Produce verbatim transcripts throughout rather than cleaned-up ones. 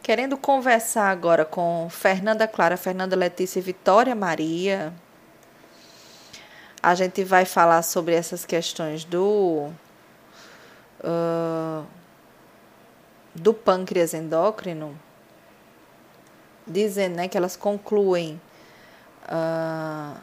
Querendo conversar agora com Fernanda Clara, Fernanda Letícia e Vitória Maria, a gente vai falar sobre essas questões do, uh, do pâncreas endócrino, dizendo, né, que elas concluem uh,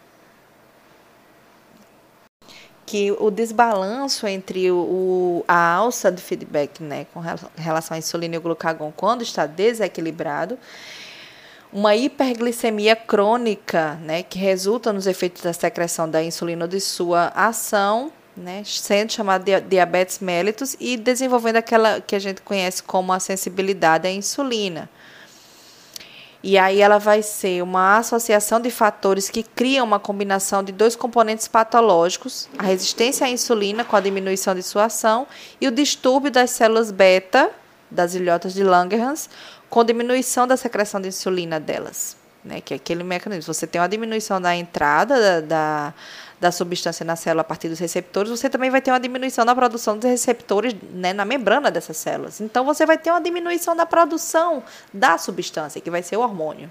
que o desbalanço entre o, o, a alça do feedback, né, com relação à insulina e o glucagon, quando está desequilibrado, uma hiperglicemia crônica, né, que resulta nos efeitos da secreção da insulina ou de sua ação, né, sendo chamada de diabetes mellitus e desenvolvendo aquela que a gente conhece como a sensibilidade à insulina. E aí ela vai ser uma associação de fatores que criam uma combinação de dois componentes patológicos, a resistência à insulina com a diminuição de sua ação e o distúrbio das células beta, das ilhotas de Langerhans, com diminuição da secreção de insulina delas, né? Que é aquele mecanismo. Você tem uma diminuição da entrada da, da, da substância na célula a partir dos receptores, você também vai ter uma diminuição na produção dos receptores, né, na membrana dessas células. Então, você vai ter uma diminuição da produção da substância, que vai ser o hormônio.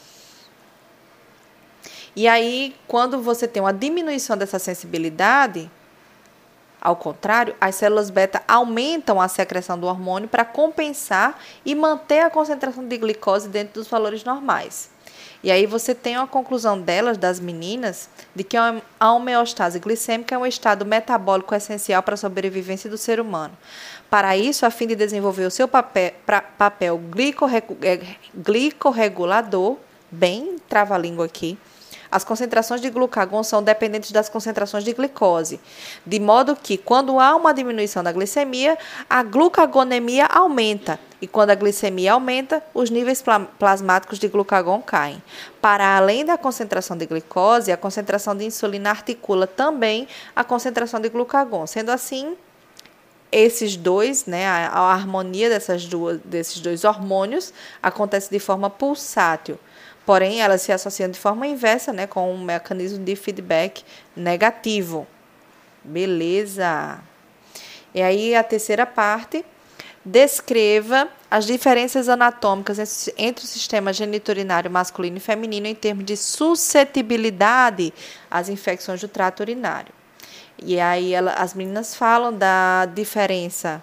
E aí, quando você tem uma diminuição dessa sensibilidade, ao contrário, as células beta aumentam a secreção do hormônio para compensar e manter a concentração de glicose dentro dos valores normais. E aí você tem uma conclusão delas, das meninas, de que a homeostase glicêmica é um estado metabólico essencial para a sobrevivência do ser humano. Para isso, a fim de desenvolver o seu papel, pra, papel glicorregulador, bem trava-língua aqui, as concentrações de glucagon são dependentes das concentrações de glicose, de modo que, quando há uma diminuição da glicemia, a glucagonemia aumenta, e quando a glicemia aumenta, os níveis plasmáticos de glucagon caem. Para além da concentração de glicose, a concentração de insulina articula também a concentração de glucagon. Sendo assim, esses dois, né, a, a harmonia dessas duas, desses dois hormônios acontece de forma pulsátil. Porém, elas se associam de forma inversa, né, com um mecanismo de feedback negativo. Beleza. E aí, a terceira parte, descreva as diferenças anatômicas entre o sistema geniturinário masculino e feminino em termos de suscetibilidade às infecções do trato urinário. E aí, ela, as meninas falam da diferença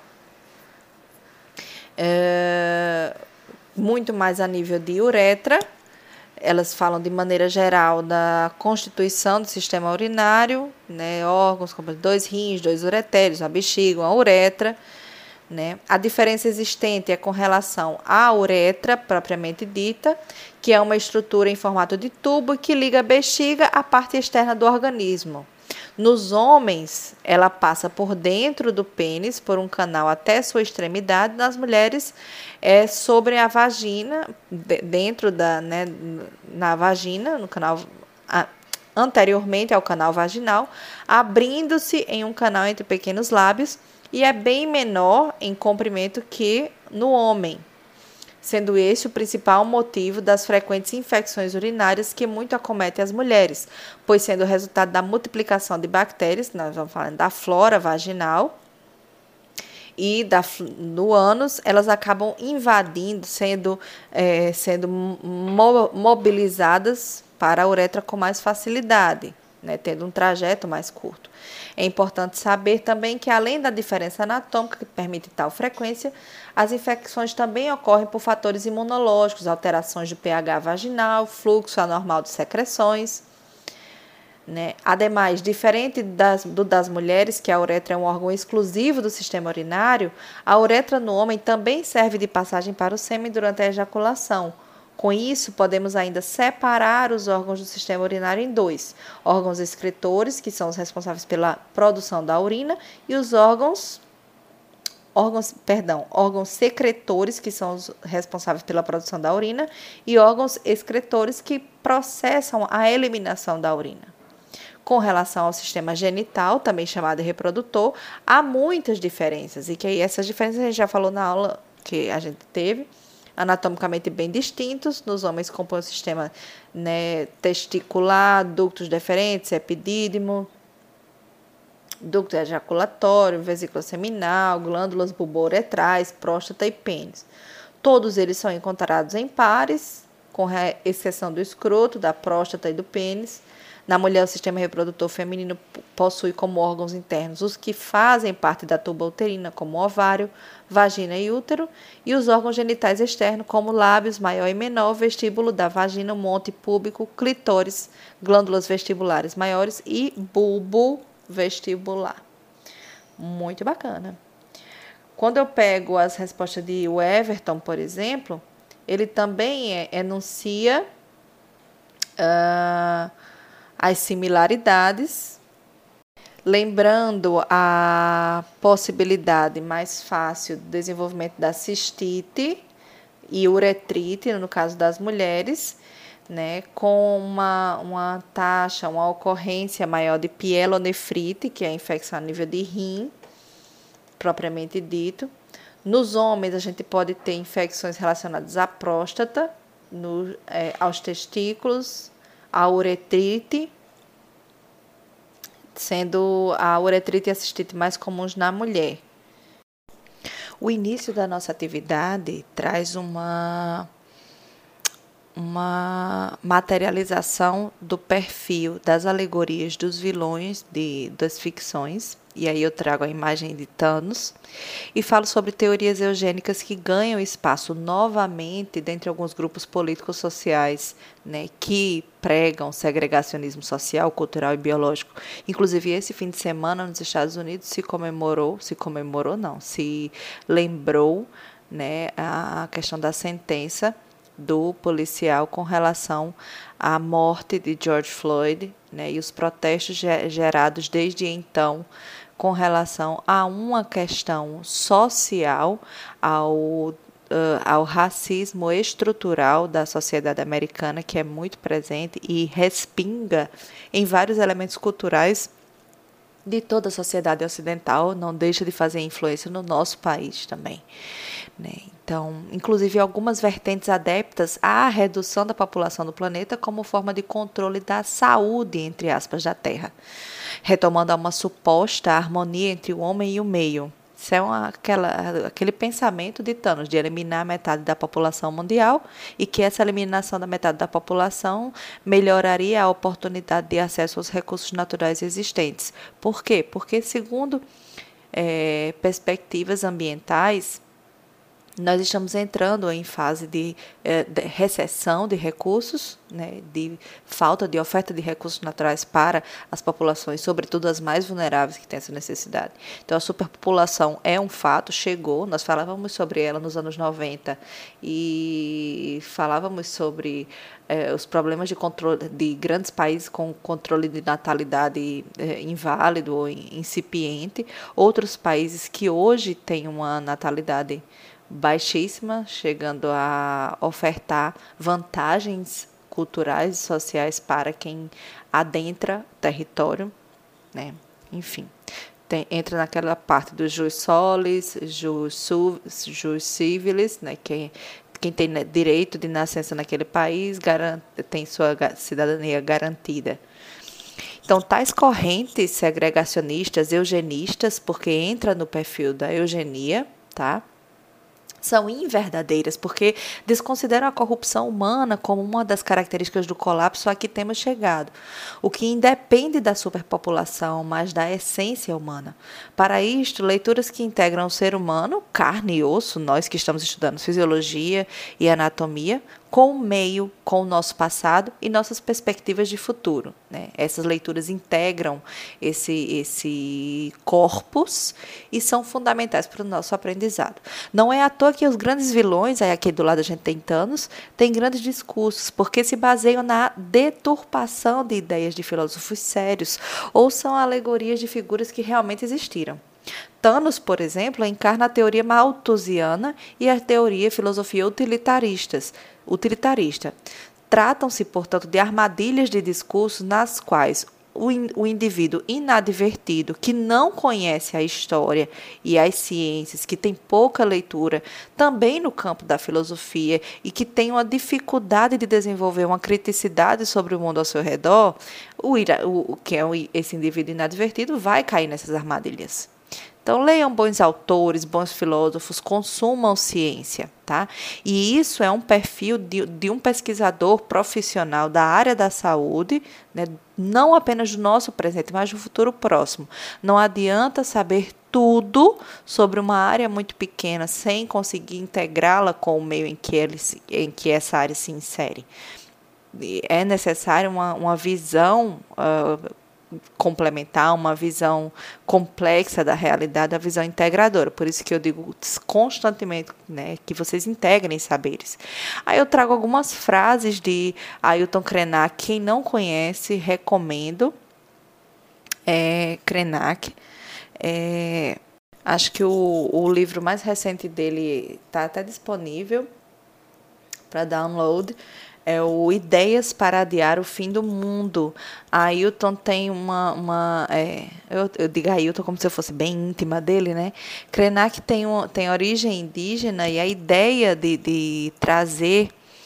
é, muito mais a nível de uretra. Elas falam de maneira geral da constituição do sistema urinário, né, órgãos como dois rins, dois uretérios, a bexiga, a uretra, né. A diferença existente é com relação à uretra propriamente dita, que é uma estrutura em formato de tubo que liga a bexiga à parte externa do organismo. Nos homens, ela passa por dentro do pênis, por um canal até sua extremidade. Nas mulheres, é sobre a vagina, dentro da, né, na vagina, no canal, anteriormente ao canal vaginal, abrindo-se em um canal entre pequenos lábios e é bem menor em comprimento que no homem, sendo esse o principal motivo das frequentes infecções urinárias que muito acometem as mulheres, pois sendo o resultado da multiplicação de bactérias, nós vamos falar da flora vaginal e da, no ânus, elas acabam invadindo, sendo, é, sendo mo mobilizadas para a uretra com mais facilidade, né, tendo um trajeto mais curto. É importante saber também que, além da diferença anatômica que permite tal frequência, as infecções também ocorrem por fatores imunológicos, alterações de pH vaginal, fluxo anormal de secreções, né? Ademais, diferente das, do das mulheres, que a uretra é um órgão exclusivo do sistema urinário, a uretra no homem também serve de passagem para o sêmen durante a ejaculação. Com isso, podemos ainda separar os órgãos do sistema urinário em dois: órgãos excretores, que são os responsáveis pela produção da urina, e os órgãos, órgãos, perdão, órgãos secretores, que são os responsáveis pela produção da urina, e órgãos excretores, que processam a eliminação da urina. Com relação ao sistema genital, também chamado de reprodutor, há muitas diferenças, e que essas diferenças a gente já falou na aula que a gente teve, anatomicamente bem distintos. Nos homens compõem o sistema, né, testicular, ductos deferentes, epidídimo, ducto ejaculatório, vesícula seminal, glândulas bulbouretrais, próstata e pênis. Todos eles são encontrados em pares, com exceção do escroto, da próstata e do pênis. Na mulher, o sistema reprodutor feminino possui como órgãos internos os que fazem parte da tuba uterina, como ovário, vagina e útero, e os órgãos genitais externos, como lábios maior e menor, vestíbulo da vagina, monte púbico, clitóris, glândulas vestibulares maiores e bulbo vestibular. Muito bacana. Quando eu pego as respostas de Everton, por exemplo, ele também enuncia uh, as similaridades, lembrando a possibilidade mais fácil do desenvolvimento da cistite e uretrite, no caso das mulheres, né, com uma, uma taxa, uma ocorrência maior de pielonefrite, que é a infecção a nível de rim, propriamente dito. Nos homens, a gente pode ter infecções relacionadas à próstata, no, é, aos testículos, à uretrite, sendo a uretrite e a cistite mais comuns na mulher. O início da nossa atividade traz uma, uma materialização do perfil das alegorias dos vilões de, das ficções. E aí eu trago a imagem de Thanos e falo sobre teorias eugênicas que ganham espaço novamente dentre alguns grupos políticos sociais, né, que pregam segregacionismo social, cultural e biológico. Inclusive, esse fim de semana nos Estados Unidos se comemorou, se comemorou não, se lembrou, né, a questão da sentença do policial com relação à morte de George Floyd, né, e os protestos gerados desde então com relação a uma questão social, ao, uh, ao racismo estrutural da sociedade americana, que é muito presente e respinga em vários elementos culturais de toda a sociedade ocidental, não deixa de fazer influência no nosso país também, né? Então, inclusive algumas vertentes adeptas à redução da população do planeta como forma de controle da saúde, entre aspas, da Terra, retomando a uma suposta harmonia entre o homem e o meio. Isso é uma, aquela, aquele pensamento de Thanos, de eliminar metade da população mundial e que essa eliminação da metade da população melhoraria a oportunidade de acesso aos recursos naturais existentes. Por quê? Porque, segundo é, perspectivas ambientais, nós estamos entrando em fase de, de recessão de recursos, né, de falta de oferta de recursos naturais para as populações, sobretudo as mais vulneráveis que têm essa necessidade. Então, a superpopulação é um fato, chegou, nós falávamos sobre ela nos anos noventa e falávamos sobre eh, os problemas de controle de grandes países com controle de natalidade eh, inválido ou incipiente, outros países que hoje têm uma natalidade baixíssima, chegando a ofertar vantagens culturais e sociais para quem adentra o território, né? Enfim, tem, entra naquela parte dos jus solis, jus, jus civilis, né? Que quem tem direito de nascença naquele país garante, tem sua cidadania garantida. Então, tais correntes segregacionistas, eugenistas, porque entra no perfil da eugenia, tá? São inverdadeiras, porque desconsideram a corrupção humana como uma das características do colapso a que temos chegado, o que independe da superpopulação, mas da essência humana. Para isto, leituras que integram o ser humano, carne e osso, nós que estamos estudando fisiologia e anatomia, com o meio, com o nosso passado e nossas perspectivas de futuro, né? Essas leituras integram esse, esse corpus e são fundamentais para o nosso aprendizado. Não é à toa que os grandes vilões, aí aqui do lado a gente tem Thanos, têm grandes discursos, porque se baseiam na deturpação de ideias de filósofos sérios ou são alegorias de figuras que realmente existiram. Thanos, por exemplo, encarna a teoria malthusiana e a teoria e filosofia utilitaristas, utilitarista. Tratam-se, portanto, de armadilhas de discurso nas quais o, in, o indivíduo inadvertido, que não conhece a história e as ciências, que tem pouca leitura, também no campo da filosofia, e que tem uma dificuldade de desenvolver uma criticidade sobre o mundo ao seu redor, o, o que é esse indivíduo inadvertido vai cair nessas armadilhas. Então, leiam bons autores, bons filósofos, consumam ciência, tá? E isso é um perfil de, de um pesquisador profissional da área da saúde, né? Não apenas do nosso presente, mas do futuro próximo. Não adianta saber tudo sobre uma área muito pequena sem conseguir integrá-la com o meio em que, ele, em que essa área se insere. É necessária uma, uma visão uh, complementar, uma visão complexa da realidade, a visão integradora. Por isso que eu digo constantemente, né, que vocês integrem saberes. Aí eu trago algumas frases de Ailton Krenak. Quem não conhece, recomendo. É, Krenak. É, acho que o, o livro mais recente dele está até disponível para download. É o Ideias para Adiar o Fim do Mundo. A Ailton tem uma... uma é, eu, eu digo Ailton como se eu fosse bem íntima dele, né? Krenak tem, um, tem origem indígena e a ideia de, de trazer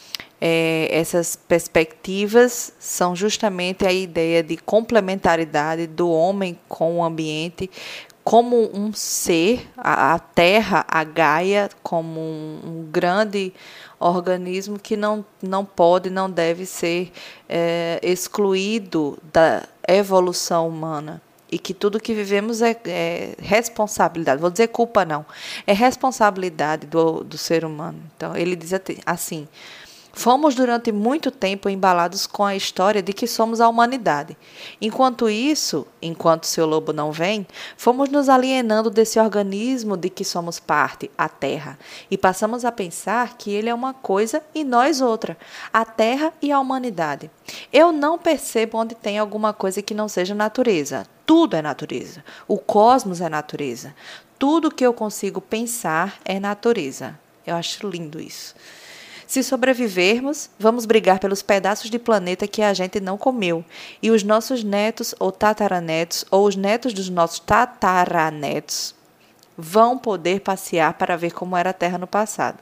é, essas perspectivas são justamente a ideia de complementaridade do homem com o ambiente, como um ser, a, a Terra, a Gaia, como um, um grande organismo que não, não pode, não deve ser é, excluído da evolução humana. E que tudo que vivemos é, é responsabilidade, vou dizer culpa não, é responsabilidade do, do ser humano. Então, ele diz assim: fomos durante muito tempo embalados com a história de que somos a humanidade. Enquanto isso, enquanto seu lobo não vem, fomos nos alienando desse organismo de que somos parte, a Terra, e passamos a pensar que ele é uma coisa e nós outra, a Terra e a humanidade. Eu não percebo onde tem alguma coisa que não seja natureza. Tudo é natureza. O cosmos é natureza. Tudo que eu consigo pensar é natureza. Eu acho lindo isso. Se sobrevivermos, vamos brigar pelos pedaços de planeta que a gente não comeu. E os nossos netos ou tataranetos, ou os netos dos nossos tataranetos, vão poder passear para ver como era a Terra no passado.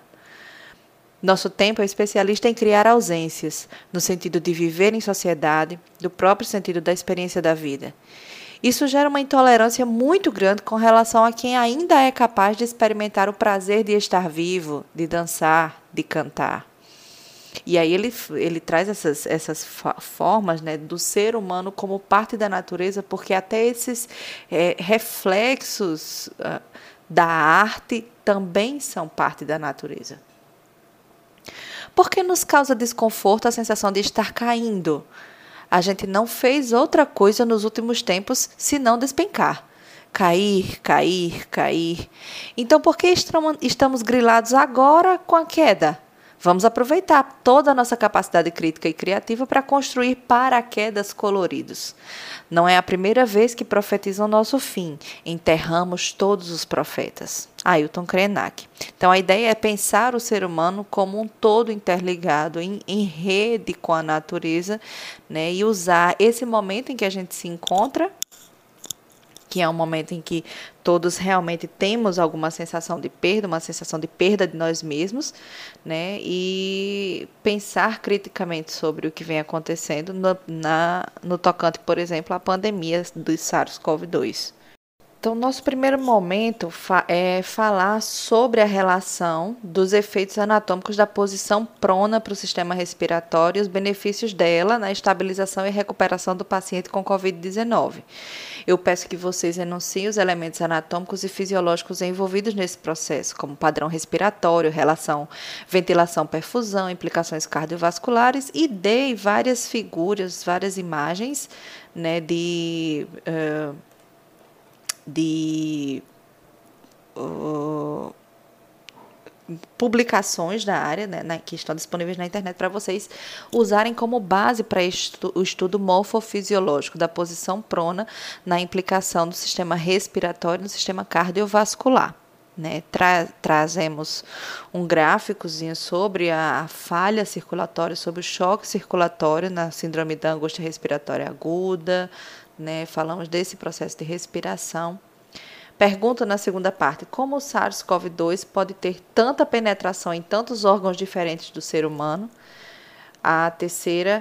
Nosso tempo é especialista em criar ausências, no sentido de viver em sociedade, do próprio sentido da experiência da vida. Isso gera uma intolerância muito grande com relação a quem ainda é capaz de experimentar o prazer de estar vivo, de dançar, de cantar. E aí ele, ele traz essas, essas formas, né, do ser humano como parte da natureza, porque até esses é, reflexos uh, da arte também são parte da natureza. Por que nos causa desconforto a sensação de estar caindo? A gente não fez outra coisa nos últimos tempos senão despencar. Cair, cair, cair. Então, por que estamos grilados agora com a queda? Vamos aproveitar toda a nossa capacidade crítica e criativa para construir paraquedas coloridos. Não é a primeira vez que profetizam nosso fim. Enterramos todos os profetas. Ailton Krenak. Então, a ideia é pensar o ser humano como um todo interligado, em, em rede com a natureza, né, e usar esse momento em que a gente se encontra, que é um momento em que todos realmente temos alguma sensação de perda, uma sensação de perda de nós mesmos, né? E pensar criticamente sobre o que vem acontecendo no, na, no tocante, por exemplo, à pandemia do SARS-CoV dois. Então, nosso primeiro momento fa- é falar sobre a relação dos efeitos anatômicos da posição prona para o sistema respiratório e os benefícios dela na estabilização e recuperação do paciente com covid dezenove. Eu peço que vocês enunciem os elementos anatômicos e fisiológicos envolvidos nesse processo, como padrão respiratório, relação ventilação-perfusão, implicações cardiovasculares, e deem várias figuras, várias imagens, né, de... Uh, de uh, publicações da área, né, na, que estão disponíveis na internet para vocês usarem como base para estu, o estudo morfofisiológico da posição prona na implicação do sistema respiratório no sistema cardiovascular. Né? Tra, trazemos um gráficozinho sobre a, a falha circulatória, sobre o choque circulatório na síndrome da angústia respiratória aguda, né? Falamos desse processo de respiração. Pergunta na segunda parte: como o SARS-CoV dois pode ter tanta penetração em tantos órgãos diferentes do ser humano? A terceira: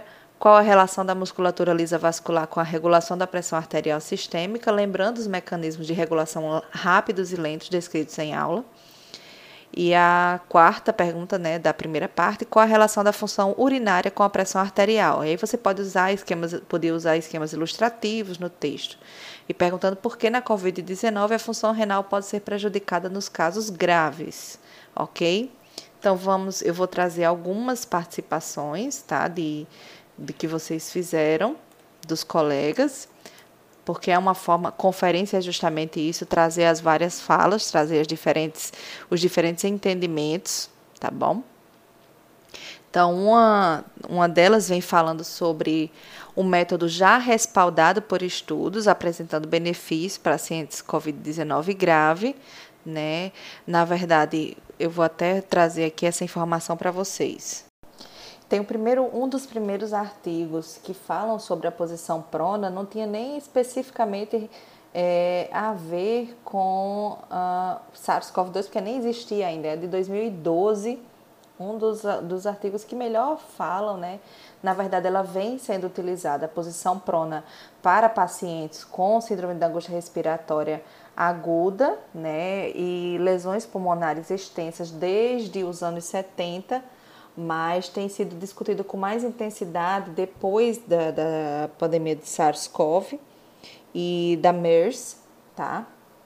Qual a relação da musculatura lisa vascular com a regulação da pressão arterial sistêmica? Lembrando os mecanismos de regulação rápidos e lentos descritos em aula. E a quarta pergunta, né, da primeira parte, qual a relação da função urinária com a pressão arterial? E aí você pode usar esquemas, poder usar esquemas ilustrativos no texto. E perguntando por que na covid dezenove a função renal pode ser prejudicada nos casos graves, ok? Então vamos, eu vou trazer algumas participações, tá, de, de que vocês fizeram, dos colegas, porque é uma forma, conferência é justamente isso, trazer as várias falas, trazer as diferentes, os diferentes entendimentos, tá bom? Então, uma, uma delas vem falando sobre um método já respaldado por estudos, apresentando benefícios para pacientes covid dezenove grave, né? Na verdade, eu vou até trazer aqui essa informação para vocês. Tem o primeiro, um dos primeiros artigos que falam sobre a posição prona, não tinha nem especificamente é, a ver com uh, SARS-CoV dois, porque nem existia ainda, é de dois mil e doze, um dos, dos artigos que melhor falam, né? Na verdade, ela vem sendo utilizada, a posição prona, para pacientes com síndrome da angústia respiratória aguda, né? E lesões pulmonares extensas desde os anos setenta, mas tem sido discutido com mais intensidade depois da, da pandemia de SARS-CoV e da MERS, tá?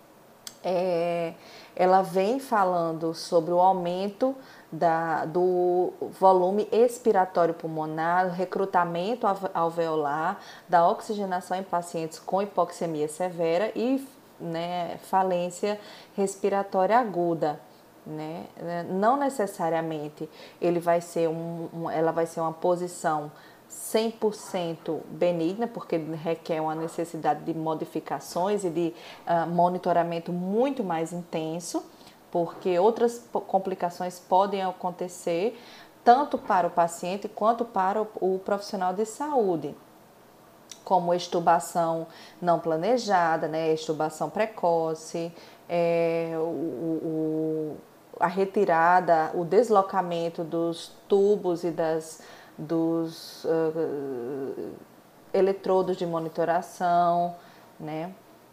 É, ela vem falando sobre o aumento da, do volume expiratório pulmonar, recrutamento alveolar, da oxigenação em pacientes com hipoxemia severa e, né, falência respiratória aguda. Né? Não necessariamente ele vai ser um, um, ela vai ser uma posição cem por cento benigna, porque requer uma necessidade de modificações e de uh, monitoramento muito mais intenso, porque outras complicações podem acontecer tanto para o paciente quanto para o, o profissional de saúde, como extubação não planejada, né? Extubação precoce, é, o, o a retirada, o deslocamento dos tubos e das, dos uh, eletrodos de monitoração, né?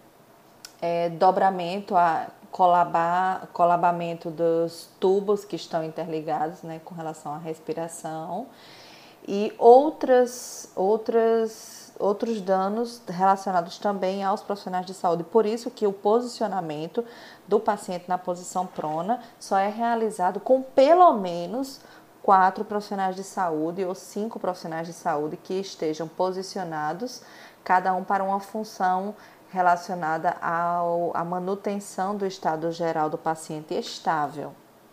É, dobramento, a, colabar, colabamento dos tubos que estão interligados, né, com relação à respiração e outras, outras outros danos relacionados também aos profissionais de saúde. Por isso que o posicionamento do paciente na posição prona só é realizado com pelo menos quatro profissionais de saúde ou cinco profissionais de saúde que estejam posicionados, cada um para uma função relacionada ao, à manutenção do estado geral do paciente estável.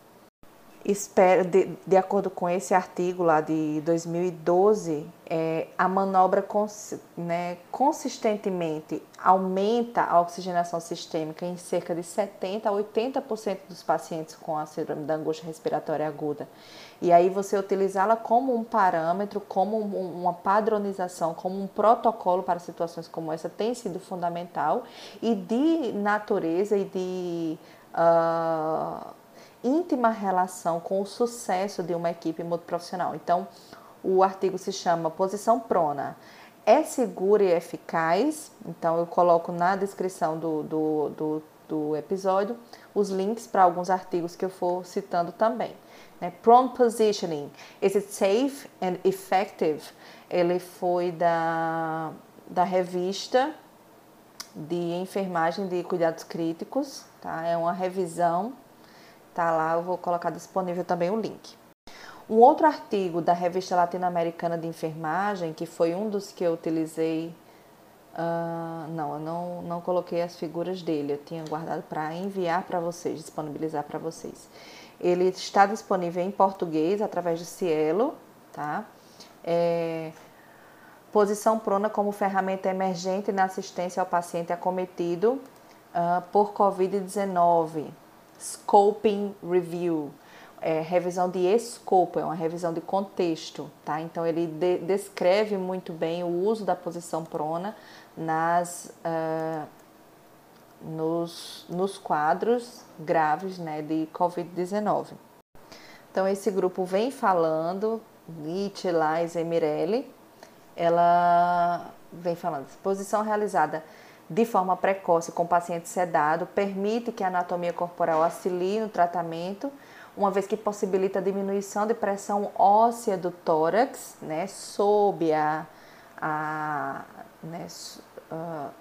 Espero, de, de acordo com esse artigo lá de dois mil e doze, é, a manobra cons, né, consistentemente aumenta a oxigenação sistêmica em cerca de setenta a oitenta por cento dos pacientes com a síndrome da angústia respiratória aguda. E aí você utilizá-la como um parâmetro, como um, uma padronização, como um protocolo para situações como essa tem sido fundamental e de natureza e de Uh, íntima relação com o sucesso de uma equipe multiprofissional. Então, o artigo se chama Posição Prona. É segura e eficaz? Então, eu coloco na descrição do, do, do, do episódio os links para alguns artigos que eu for citando também. Né? Prone Positioning, is it safe and effective? Ele foi da, da revista de enfermagem de cuidados críticos, tá? É uma revisão, tá lá, eu vou colocar disponível também o link. Um outro artigo da revista latino-americana de enfermagem, que foi um dos que eu utilizei, uh, não, eu não, não coloquei as figuras dele, eu tinha guardado para enviar para vocês, disponibilizar para vocês. Ele está disponível em português através do Cielo, tá? É, Posição prona como ferramenta emergente na assistência ao paciente acometido uh, por covid dezenove. Scoping Review, é, revisão de escopo, é uma revisão de contexto, tá? Então, ele de, descreve muito bem o uso da posição prona nas, uh, nos, nos quadros graves, né, de covid dezenove. Então, esse grupo vem falando, Nietzsche, Lais e Mirelli, ela vem falando, exposição realizada de forma precoce com paciente sedado permite que a anatomia corporal auxilie no tratamento, uma vez que possibilita a diminuição de pressão óssea do tórax, né, sob a, a, né, a,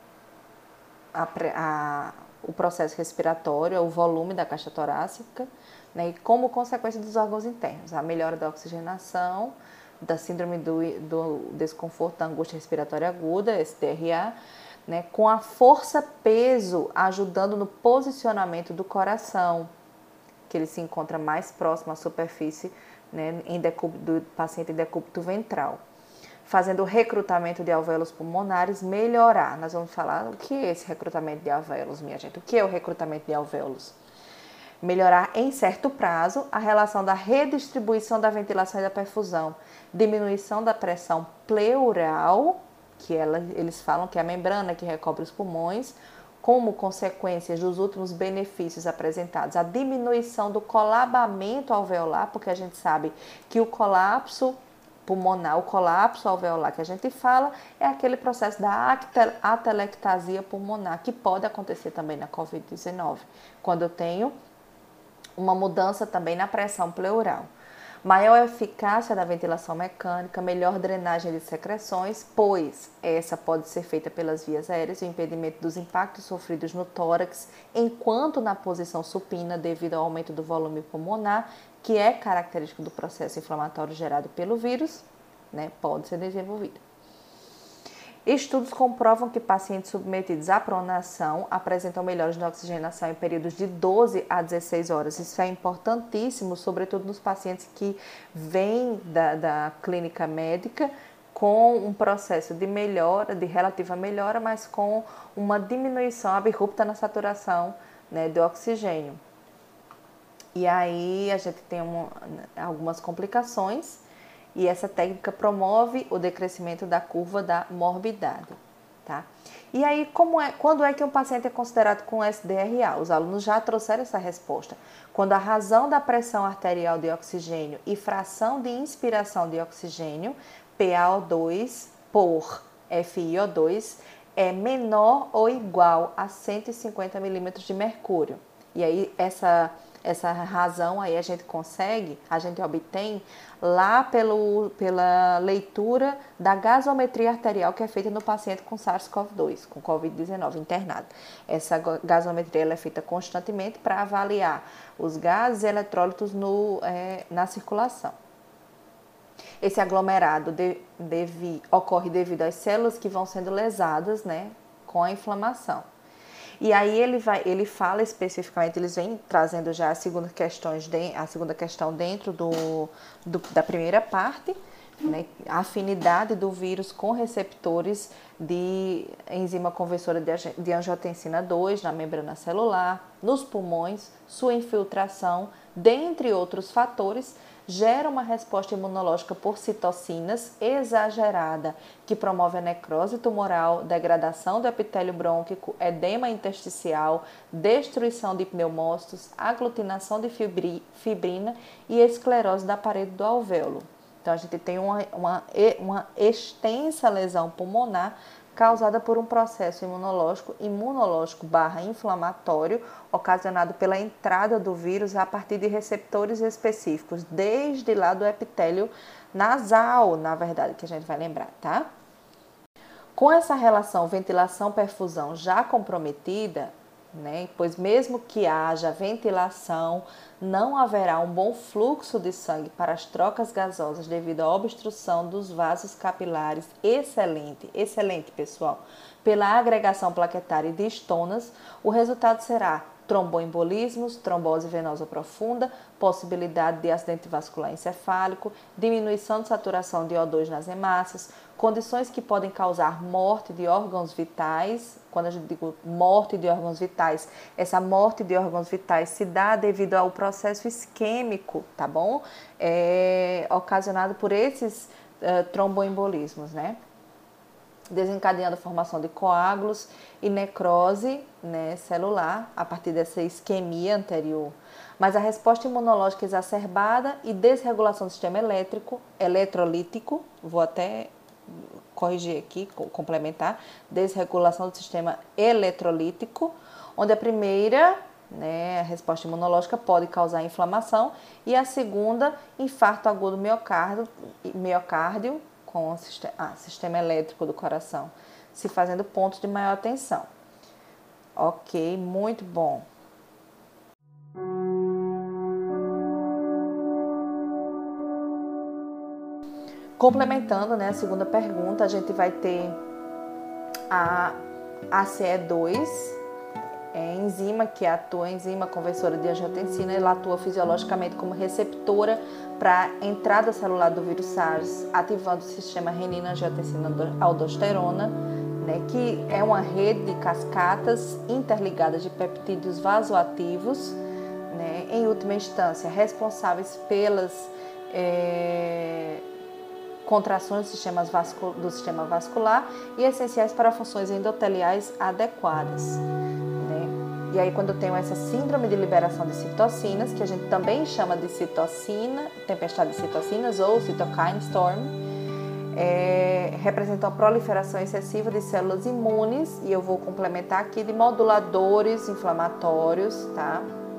a, a, o processo respiratório, o volume da caixa torácica, né, e como consequência dos órgãos internos, a melhora da oxigenação, da síndrome do, do desconforto da angústia respiratória aguda, S D R A, né, com a força-peso ajudando no posicionamento do coração, que ele se encontra mais próximo à superfície, né, em decúbito, do paciente em decúbito ventral. Fazendo o recrutamento de alvéolos pulmonares melhorar. Nós vamos falar o que é esse recrutamento de alvéolos, minha gente. O que é o recrutamento de alvéolos? Melhorar em certo prazo a relação da redistribuição da ventilação e da perfusão, diminuição da pressão pleural, que ela, eles falam que é a membrana que recobre os pulmões, como consequências dos últimos benefícios apresentados, a diminuição do colabamento alveolar, porque a gente sabe que o colapso pulmonar, o colapso alveolar que a gente fala, é aquele processo da atelectasia pulmonar, que pode acontecer também na covid dezenove, quando eu tenho uma mudança também na pressão pleural. Maior eficácia da ventilação mecânica, melhor drenagem de secreções, pois essa pode ser feita pelas vias aéreas e o impedimento dos impactos sofridos no tórax, enquanto na posição supina, devido ao aumento do volume pulmonar, que é característico do processo inflamatório gerado pelo vírus, né, pode ser desenvolvido. Estudos comprovam que pacientes submetidos à pronação apresentam melhores na oxigenação em períodos de doze a dezesseis horas. Isso é importantíssimo, sobretudo nos pacientes que vêm da, da clínica médica com um processo de melhora, de relativa melhora, mas com uma diminuição abrupta na saturação, né, do oxigênio. E aí a gente tem uma, algumas complicações. E essa técnica promove o decrescimento da curva da morbidade, tá? E aí, como é, quando é que um paciente é considerado com S D R A? Os alunos já trouxeram essa resposta. Quando a razão da pressão arterial de oxigênio e fração de inspiração de oxigênio, P a O dois por F i O dois, é menor ou igual a cento e cinquenta milímetros de mercúrio. E aí, essa... Essa razão aí a gente consegue, a gente obtém lá pelo, pela leitura da gasometria arterial que é feita no paciente com SARS-CoV dois, com covid dezenove internado. Essa gasometria ela é feita constantemente para avaliar os gases e eletrólitos no, é, na circulação. Esse aglomerado de, deve, ocorre devido às células que vão sendo lesadas, né, com a inflamação. E aí ele, vai, ele fala especificamente, eles vêm trazendo já as segundas questões de, a segunda questão dentro do, do, da primeira parte, né, a afinidade do vírus com receptores de enzima conversora de, de angiotensina dois na membrana celular, nos pulmões, sua infiltração, dentre outros fatores, gera uma resposta imunológica por citocinas exagerada, que promove a necrose tumoral, degradação do epitélio brônquico, edema intersticial, destruição de pneumócitos, aglutinação de fibri, fibrina e esclerose da parede do alvéolo. Então, a gente tem uma, uma, uma extensa lesão pulmonar causada por um processo imunológico, imunológico barra inflamatório, ocasionado pela entrada do vírus a partir de receptores específicos, desde lá do epitélio nasal, na verdade, que a gente vai lembrar, tá? Com essa relação ventilação-perfusão já comprometida, né, pois mesmo que haja ventilação, não haverá um bom fluxo de sangue para as trocas gasosas devido à obstrução dos vasos capilares, excelente, excelente pessoal, pela agregação plaquetária de estonas, o resultado será tromboembolismos, trombose venosa profunda, possibilidade de acidente vascular encefálico, diminuição de saturação de O dois nas hemácias, condições que podem causar morte de órgãos vitais. Quando a gente diz morte de órgãos vitais, essa morte de órgãos vitais se dá devido ao processo isquêmico, tá bom? É, ocasionado por esses uh, tromboembolismos, né? Desencadeando a formação de coágulos e necrose, né, celular a partir dessa isquemia anterior. Mas a resposta imunológica exacerbada e desregulação do sistema elétrico, eletrolítico, vou até corrigir aqui, complementar, desregulação do sistema eletrolítico, onde a primeira, né, a resposta imunológica pode causar inflamação, e a segunda, infarto agudo miocárdio, miocárdio com o sistema, ah, sistema elétrico do coração, se fazendo pontos de maior tensão. Ok, muito bom. Complementando, né, a segunda pergunta, a gente vai ter a A C E dois, é enzima que atua, enzima conversora de angiotensina, ela atua fisiologicamente como receptora para a entrada celular do vírus SARS, ativando o sistema renina-angiotensina-aldosterona, né, que é uma rede de cascatas interligadas de peptídeos vasoativos, né, em última instância, responsáveis pelas é, contrações do sistema, vascul do sistema vascular e essenciais para funções endoteliais adequadas. Né? E aí, quando eu tenho essa síndrome de liberação de citocinas, que a gente também chama de citocina, tempestade de citocinas ou cytokine storm, é, representa uma proliferação excessiva de células imunes, e eu vou complementar aqui de moduladores inflamatórios, tá?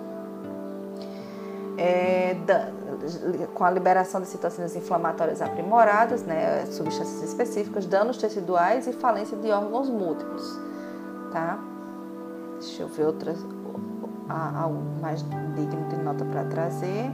É, da, com a liberação de citocinas inflamatórias aprimoradas, né, substâncias específicas, danos teciduais e falência de órgãos múltiplos, tá? Deixa eu ver outras, algo mais digno de nota para trazer.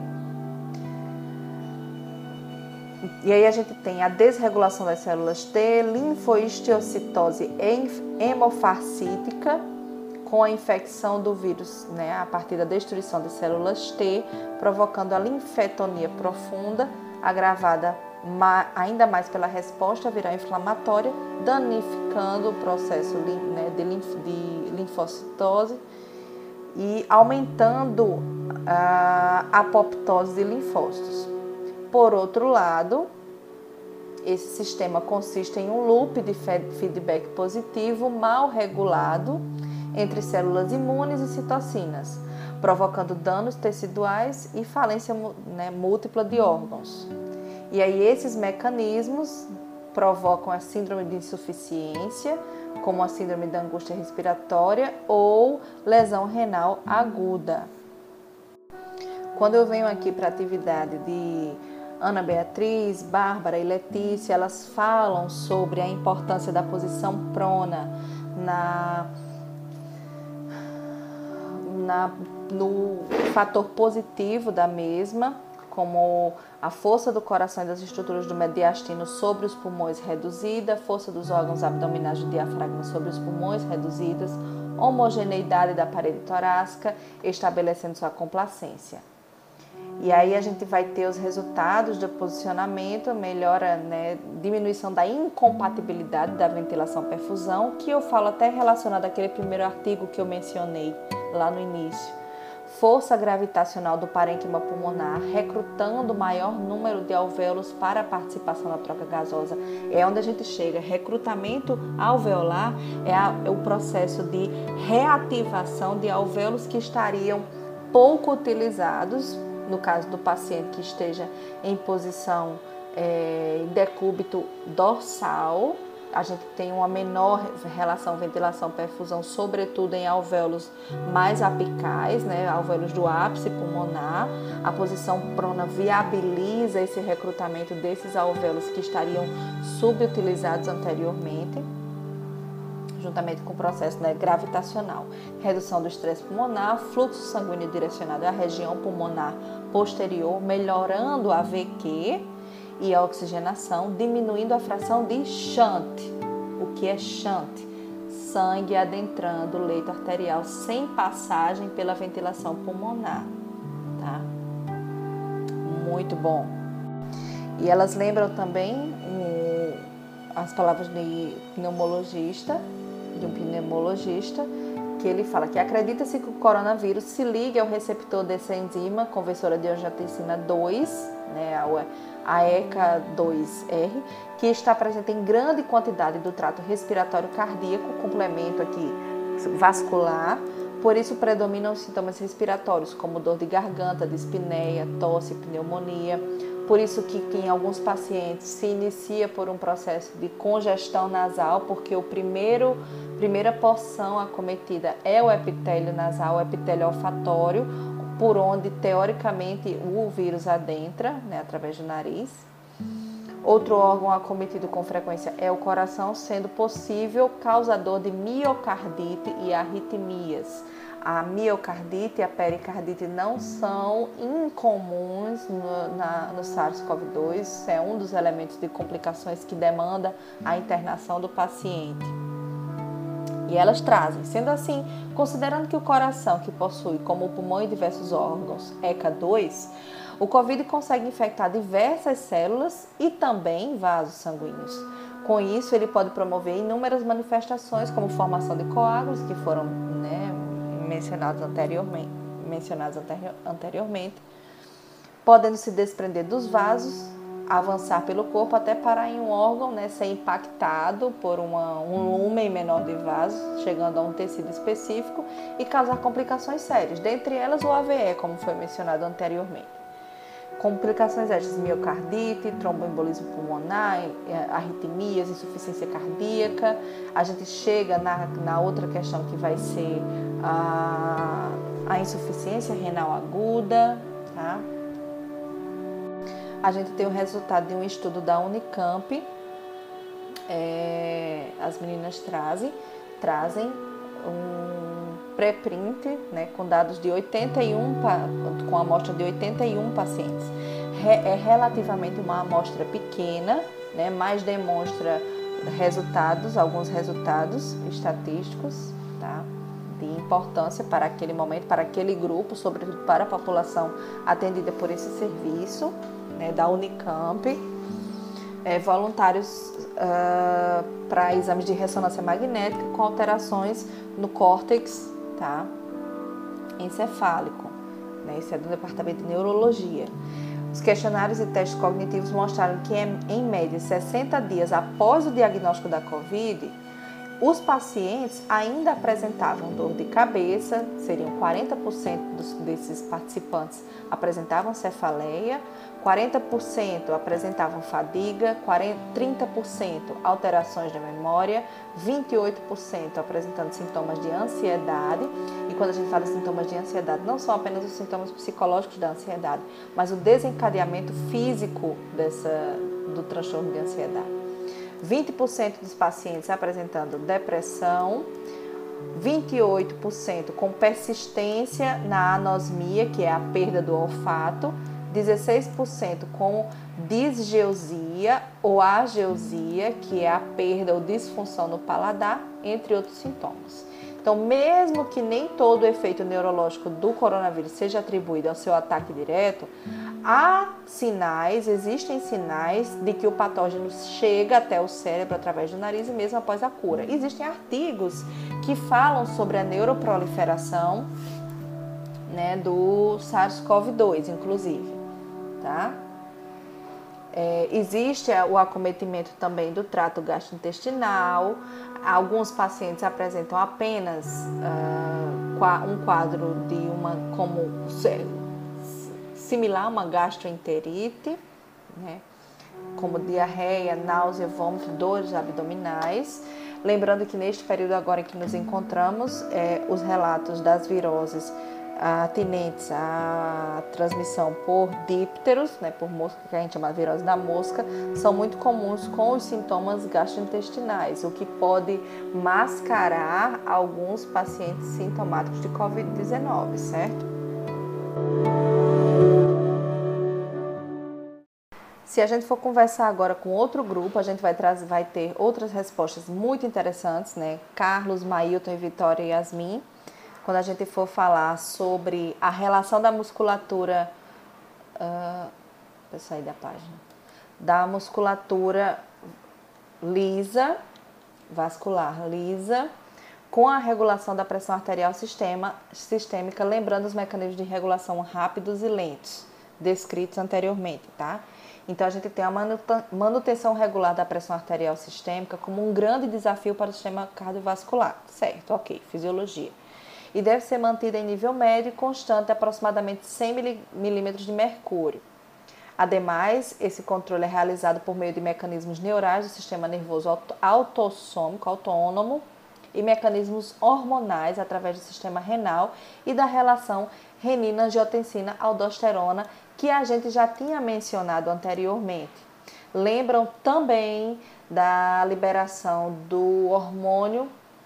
E aí a gente tem a desregulação das células T, linfohistiocytose hemofascítica, com a infecção do vírus, né, a partir da destruição de células T, provocando a linfetonia profunda, agravada ma ainda mais pela resposta viral inflamatória, danificando o processo, né, de, linf de linfocitose e aumentando a apoptose de linfócitos. Por outro lado, esse sistema consiste em um loop de feedback positivo mal regulado entre células imunes e citocinas, provocando danos teciduais e falência, né, múltipla de órgãos. E aí esses mecanismos provocam a síndrome de insuficiência, como a síndrome da angústia respiratória ou lesão renal aguda. Quando eu venho aqui para a atividade de Ana Beatriz, Bárbara e Letícia, elas falam sobre a importância da posição prona na Na, no fator positivo da mesma, como a força do coração e das estruturas do mediastino sobre os pulmões reduzida, força dos órgãos abdominais do diafragma sobre os pulmões reduzidas, homogeneidade da parede torácica, estabelecendo sua complacência. E aí a gente vai ter os resultados do posicionamento, melhora, né, diminuição da incompatibilidade da ventilação-perfusão, que eu falo até relacionado àquele primeiro artigo que eu mencionei lá no início. Força gravitacional do parênquima pulmonar, recrutando maior número de alvéolos para a participação na troca gasosa. É onde a gente chega. Recrutamento alveolar é, a, é o processo de reativação de alvéolos que estariam pouco utilizados, no caso do paciente que esteja em posição é, decúbito dorsal. A gente tem uma menor relação ventilação-perfusão, sobretudo em alvéolos mais apicais, né, alvéolos do ápice pulmonar. A posição prona viabiliza esse recrutamento desses alvéolos que estariam subutilizados anteriormente, juntamente com o processo, né, gravitacional. Redução do estresse pulmonar, fluxo sanguíneo direcionado à região pulmonar posterior, melhorando a V Q e a oxigenação, diminuindo a fração de shunt. O que é shunt? Sangue adentrando o leito arterial sem passagem pela ventilação pulmonar, tá? Muito bom. E elas lembram também um, as palavras de pneumologista, de um pneumologista, que ele fala que acredita-se que o coronavírus se ligue ao receptor dessa enzima conversora de angiotensina dois, né, a E C A dois R, que está presente em grande quantidade do trato respiratório cardíaco, complemento aqui vascular. Por isso predominam os sintomas respiratórios, como dor de garganta, dispneia, tosse, pneumonia. por isso que, que em alguns pacientes se inicia por um processo de congestão nasal, porque o primeiro, primeira porção acometida é o epitélio nasal, o epitélio olfatório, por onde teoricamente o vírus adentra, né, através do nariz. Outro órgão acometido com frequência é o coração, sendo possível causador de miocardite e arritmias. A miocardite e a pericardite não são incomuns no, na, no SARS-CoV dois, é um dos elementos de complicações que demanda a internação do paciente. E elas trazem, sendo assim, considerando que o coração, que possui como pulmão e diversos órgãos E C A dois, o Covid consegue infectar diversas células e também vasos sanguíneos. Com isso, ele pode promover inúmeras manifestações, como formação de coágulos, que foram, né, mencionados anteriormente, mencionados anteriormente, podendo se desprender dos vasos, avançar pelo corpo até parar em um órgão, né, ser impactado por uma, um lumen menor de vasos, chegando a um tecido específico e causar complicações sérias, dentre elas o A V E, como foi mencionado anteriormente. Complicações estas: miocardite, tromboembolismo pulmonar, arritmias, insuficiência cardíaca. A gente chega na, na outra questão, que vai ser a, a insuficiência renal aguda, tá? A gente tem o resultado de um estudo da Unicamp, é, as meninas trazem, trazem um pré-print, né, com dados de oitenta e um, com amostra de oitenta e um pacientes. É relativamente uma amostra pequena, né, mas demonstra resultados, alguns resultados estatísticos, tá, de importância para aquele momento, para aquele grupo, sobretudo para a população atendida por esse serviço, né, da Unicamp. É, voluntários uh, para exames de ressonância magnética com alterações no córtex, tá, encefálico, né, isso é do departamento de neurologia. Os questionários e testes cognitivos mostraram que, em média, sessenta dias após o diagnóstico da Covid, os pacientes ainda apresentavam dor de cabeça, seriam quarenta por cento dos, desses participantes apresentavam cefaleia, quarenta por cento apresentavam fadiga, trinta por cento alterações da memória, vinte e oito por cento apresentando sintomas de ansiedade. E quando a gente fala de sintomas de ansiedade, não são apenas os sintomas psicológicos da ansiedade, mas o desencadeamento físico dessa, do transtorno de ansiedade. vinte por cento dos pacientes apresentando depressão, vinte e oito por cento com persistência na anosmia, que é a perda do olfato, dezesseis por cento com disgeusia ou ageusia, que é a perda ou disfunção no paladar, entre outros sintomas. Então, mesmo que nem todo o efeito neurológico do coronavírus seja atribuído ao seu ataque direto, há sinais, existem sinais de que o patógeno chega até o cérebro através do nariz e mesmo após a cura. Existem artigos que falam sobre a neuroproliferação, né, do SARS-CoV dois, inclusive, tá? É, existe o acometimento também do trato gastrointestinal. Alguns pacientes apresentam apenas uh, um quadro de uma, como similar a uma gastroenterite, né, como diarreia, náusea, vômito, dores abdominais. Lembrando que neste período agora em que nos encontramos, é, os relatos das viroses atinentes à transmissão por dípteros, né, por mosca, que a gente chama de virose da mosca, são muito comuns com os sintomas gastrointestinais, o que pode mascarar alguns pacientes sintomáticos de covid dezenove, certo? Se a gente for conversar agora com outro grupo, a gente vai, trazer, vai ter outras respostas muito interessantes, né? Carlos, Mailton, Vitória e Yasmin. Quando a gente for falar sobre a relação da musculatura, uh, deixa eu sair da página, da musculatura lisa, vascular lisa, com a regulação da pressão arterial sistema, sistêmica, lembrando os mecanismos de regulação rápidos e lentos, descritos anteriormente, tá? Então, a gente tem a manutenção regular da pressão arterial sistêmica como um grande desafio para o sistema cardiovascular, certo? Ok, fisiologia. E deve ser mantida em nível médio e constante, aproximadamente cem milímetros de mercúrio. Ademais, esse controle é realizado por meio de mecanismos neurais do sistema nervoso autossômico, autônomo, e mecanismos hormonais através do sistema renal e da relação renina-angiotensina-aldosterona, que a gente já tinha mencionado anteriormente. Lembram também da liberação do hormônio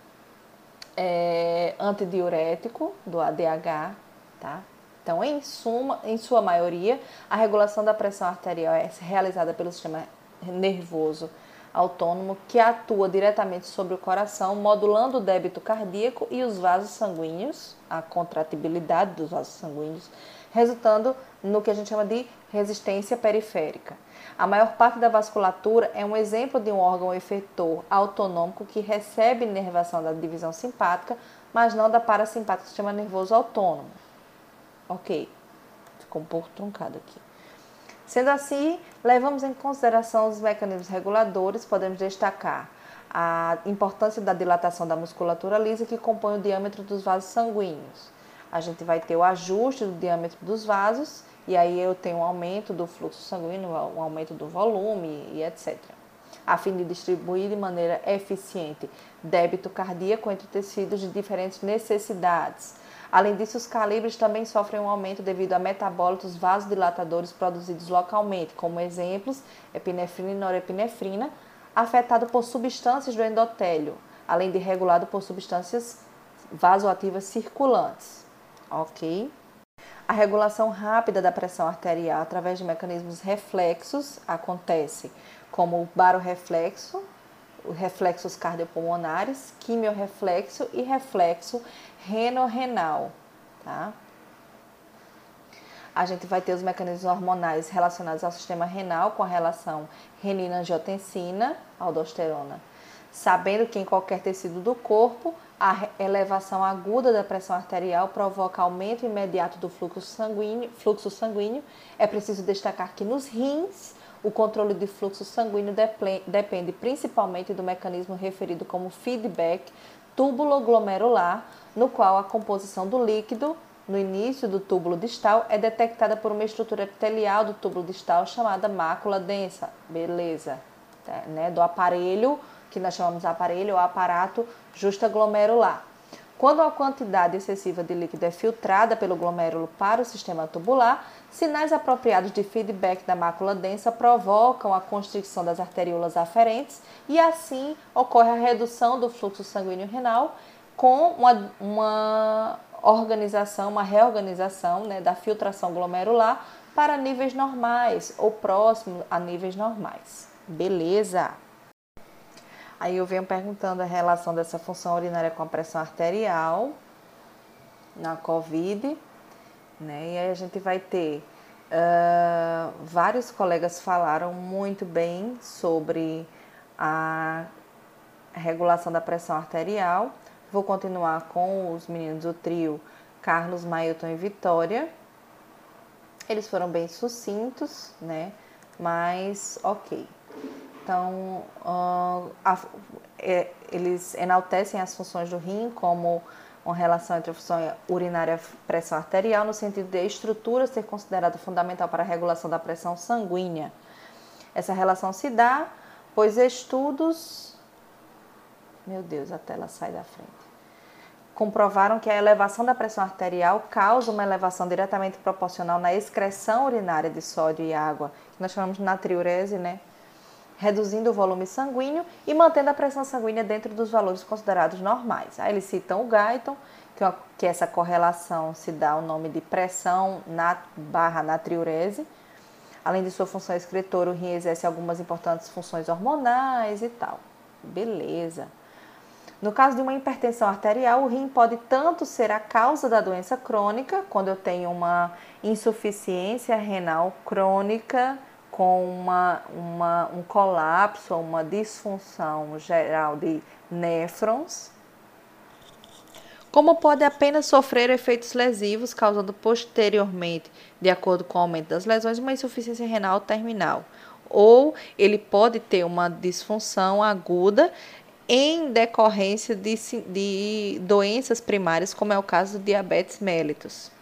é, antidiurético, do A D H, tá? Então, em suma, em sua maioria, a regulação da pressão arterial é realizada pelo sistema nervoso autônomo, que atua diretamente sobre o coração, modulando o débito cardíaco e os vasos sanguíneos, a contratibilidade dos vasos sanguíneos, resultando no que a gente chama de resistência periférica. A maior parte da vasculatura é um exemplo de um órgão efetor autonômico que recebe inervação da divisão simpática, mas não da parasimpática do sistema nervoso autônomo. Ok, ficou um pouco truncado aqui. Sendo assim, levamos em consideração os mecanismos reguladores, podemos destacar a importância da dilatação da musculatura lisa que compõe o diâmetro dos vasos sanguíneos. A gente vai ter o ajuste do diâmetro dos vasos, e aí eu tenho um aumento do fluxo sanguíneo, um aumento do volume e etcétera. A fim de distribuir de maneira eficiente débito cardíaco entre tecidos de diferentes necessidades. Além disso, os calibres também sofrem um aumento devido a metabólitos vasodilatadores produzidos localmente, como exemplos, epinefrina e norepinefrina, afetado por substâncias do endotélio, além de regulado por substâncias vasoativas circulantes. Ok? A regulação rápida da pressão arterial através de mecanismos reflexos acontece, como o baroreflexo, os reflexos cardiopulmonares, quimiorreflexo e reflexo renorrenal, tá? A gente vai ter os mecanismos hormonais relacionados ao sistema renal com a relação renina-angiotensina, aldosterona. Sabendo que em qualquer tecido do corpo, a elevação aguda da pressão arterial provoca aumento imediato do fluxo sanguíneo, fluxo sanguíneo. É preciso destacar que nos rins, o controle de fluxo sanguíneo depende principalmente do mecanismo referido como feedback túbulo-glomerular, no qual a composição do líquido no início do túbulo distal é detectada por uma estrutura epitelial do túbulo distal chamada mácula densa, beleza, né? Do aparelho, que nós chamamos de aparelho ou aparato justaglomerular. Quando a quantidade excessiva de líquido é filtrada pelo glomérulo para o sistema tubular, sinais apropriados de feedback da mácula densa provocam a constricção das arteriolas aferentes e assim ocorre a redução do fluxo sanguíneo renal com uma, uma organização, uma reorganização, né, da filtração glomerular para níveis normais ou próximos a níveis normais. Beleza? Aí eu venho perguntando a relação dessa função urinária com a pressão arterial na COVID, né? E aí a gente vai ter, uh, vários colegas falaram muito bem sobre a regulação da pressão arterial. Vou continuar com os meninos do trio Carlos, Mailton e Vitória. Eles foram bem sucintos, né? Mas ok. Então, uh, a, é, eles enaltecem as funções do rim como uma relação entre a função urinária e a pressão arterial, no sentido de a estrutura ser considerada fundamental para a regulação da pressão sanguínea. Essa relação se dá, pois estudos... Meu Deus, a tela sai da frente. Comprovaram que a elevação da pressão arterial causa uma elevação diretamente proporcional na excreção urinária de sódio e água, que nós chamamos de natriurese, né? Reduzindo o volume sanguíneo e mantendo a pressão sanguínea dentro dos valores considerados normais. Aí eles citam o Guyton, que, que essa correlação se dá o nome de pressão nat, barra natriurese. Além de sua função excretora, o rim exerce algumas importantes funções hormonais e tal. Beleza. No caso de uma hipertensão arterial, o rim pode tanto ser a causa da doença crônica, quando eu tenho uma insuficiência renal crônica, com uma, uma, um colapso, uma disfunção geral de néfrons, como pode apenas sofrer efeitos lesivos, causando posteriormente, de acordo com o aumento das lesões, uma insuficiência renal terminal. Ou ele pode ter uma disfunção aguda em decorrência de, de doenças primárias, como é o caso do diabetes mellitus.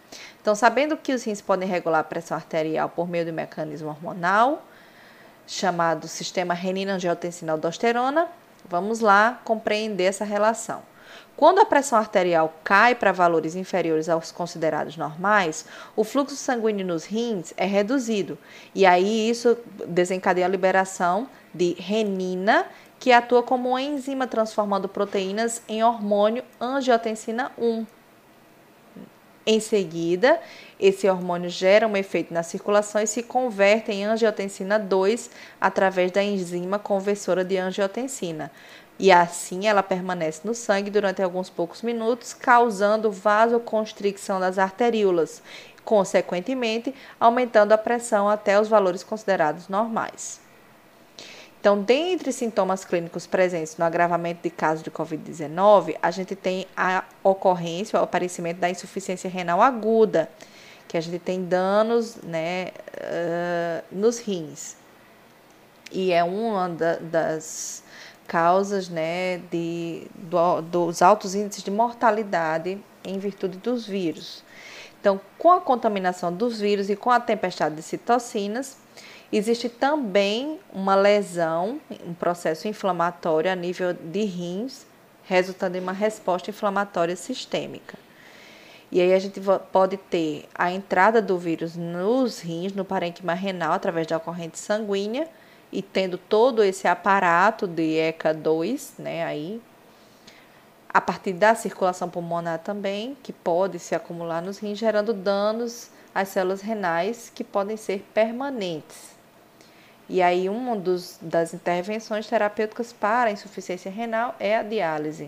Então, sabendo que os rins podem regular a pressão arterial por meio do mecanismo hormonal, chamado sistema renina-angiotensina-aldosterona, vamos lá compreender essa relação. Quando a pressão arterial cai para valores inferiores aos considerados normais, o fluxo sanguíneo nos rins é reduzido. E aí isso desencadeia a liberação de renina, que atua como uma enzima transformando proteínas em hormônio angiotensina um. Em seguida, esse hormônio gera um efeito na circulação e se converte em angiotensina dois através da enzima conversora de angiotensina. E assim ela permanece no sangue durante alguns poucos minutos, causando vasoconstricção das arteríolas, consequentemente aumentando a pressão até os valores considerados normais. Então, dentre sintomas clínicos presentes no agravamento de casos de covid dezenove, a gente tem a ocorrência, o aparecimento da insuficiência renal aguda, que a gente tem danos, né, uh, nos rins. E é uma da, das causas, né, de, do, dos altos índices de mortalidade em virtude dos vírus. Então, com a contaminação dos vírus e com a tempestade de citocinas, existe também uma lesão, um processo inflamatório a nível de rins, resultando em uma resposta inflamatória sistêmica. E aí a gente pode ter a entrada do vírus nos rins, no parênquima renal, através da corrente sanguínea, e tendo todo esse aparato de E C A dois, né, aí, a partir da circulação pulmonar também, que pode se acumular nos rins, gerando danos às células renais que podem ser permanentes. E aí, uma dos, das intervenções terapêuticas para a insuficiência renal é a diálise.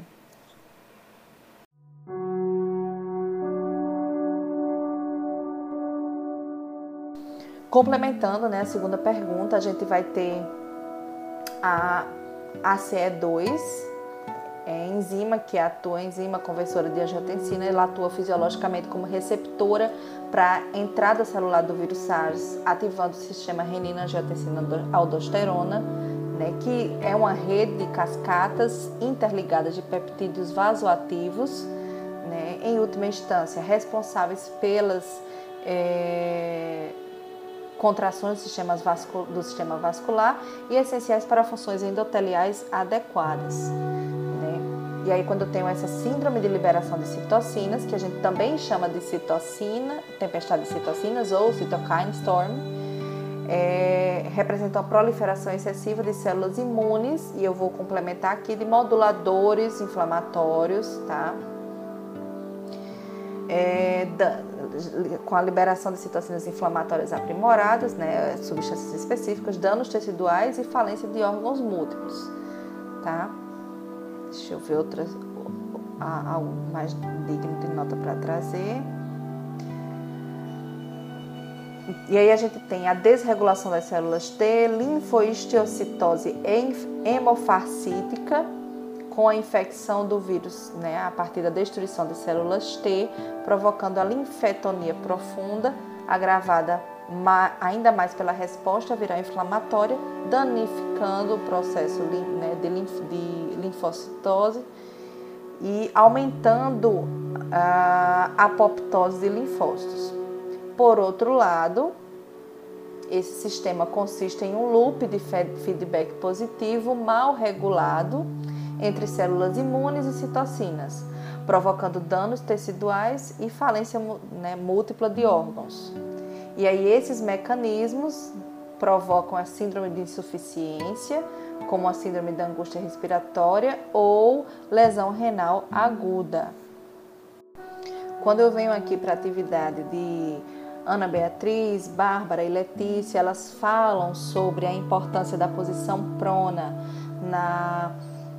Complementando, né, a segunda pergunta, a gente vai ter a A C E dois, é enzima que atua, enzima conversora de angiotensina, ela atua fisiologicamente como receptora para a entrada celular do vírus SARS, ativando o sistema renina-angiotensina-aldosterona, né, que é uma rede de cascatas interligadas de peptídeos vasoativos, né, em última instância, responsáveis pelas é, contrações do sistema, vascul- do sistema vascular e essenciais para funções endoteliais adequadas. E aí, quando eu tenho essa síndrome de liberação de citocinas, que a gente também chama de citocina, tempestade de citocinas ou cytokine storm, é, representa uma proliferação excessiva de células imunes, e eu vou complementar aqui de moduladores inflamatórios, tá? É, da, com a liberação de citocinas inflamatórias aprimoradas, né, substâncias específicas, danos teciduais e falência de órgãos múltiplos, tá? Deixa eu ver outras, algo mais digno de nota para trazer. E aí a gente tem a desregulação das células T, linfohistiocytose hemofascítica, com a infecção do vírus, né, a partir da destruição de células T, provocando a linfetonia profunda, agravada ainda mais pela resposta viral inflamatória, danificando o processo, né, de, linf, de linfocitose e aumentando a apoptose de linfócitos. Por outro lado, esse sistema consiste em um loop de feedback positivo mal regulado entre células imunes e citocinas, provocando danos teciduais e falência, né, múltipla de órgãos. E aí esses mecanismos provocam a síndrome de insuficiência, como a síndrome da angústia respiratória ou lesão renal aguda. Quando eu venho aqui para a atividade de Ana Beatriz, Bárbara e Letícia, elas falam sobre a importância da posição prona na,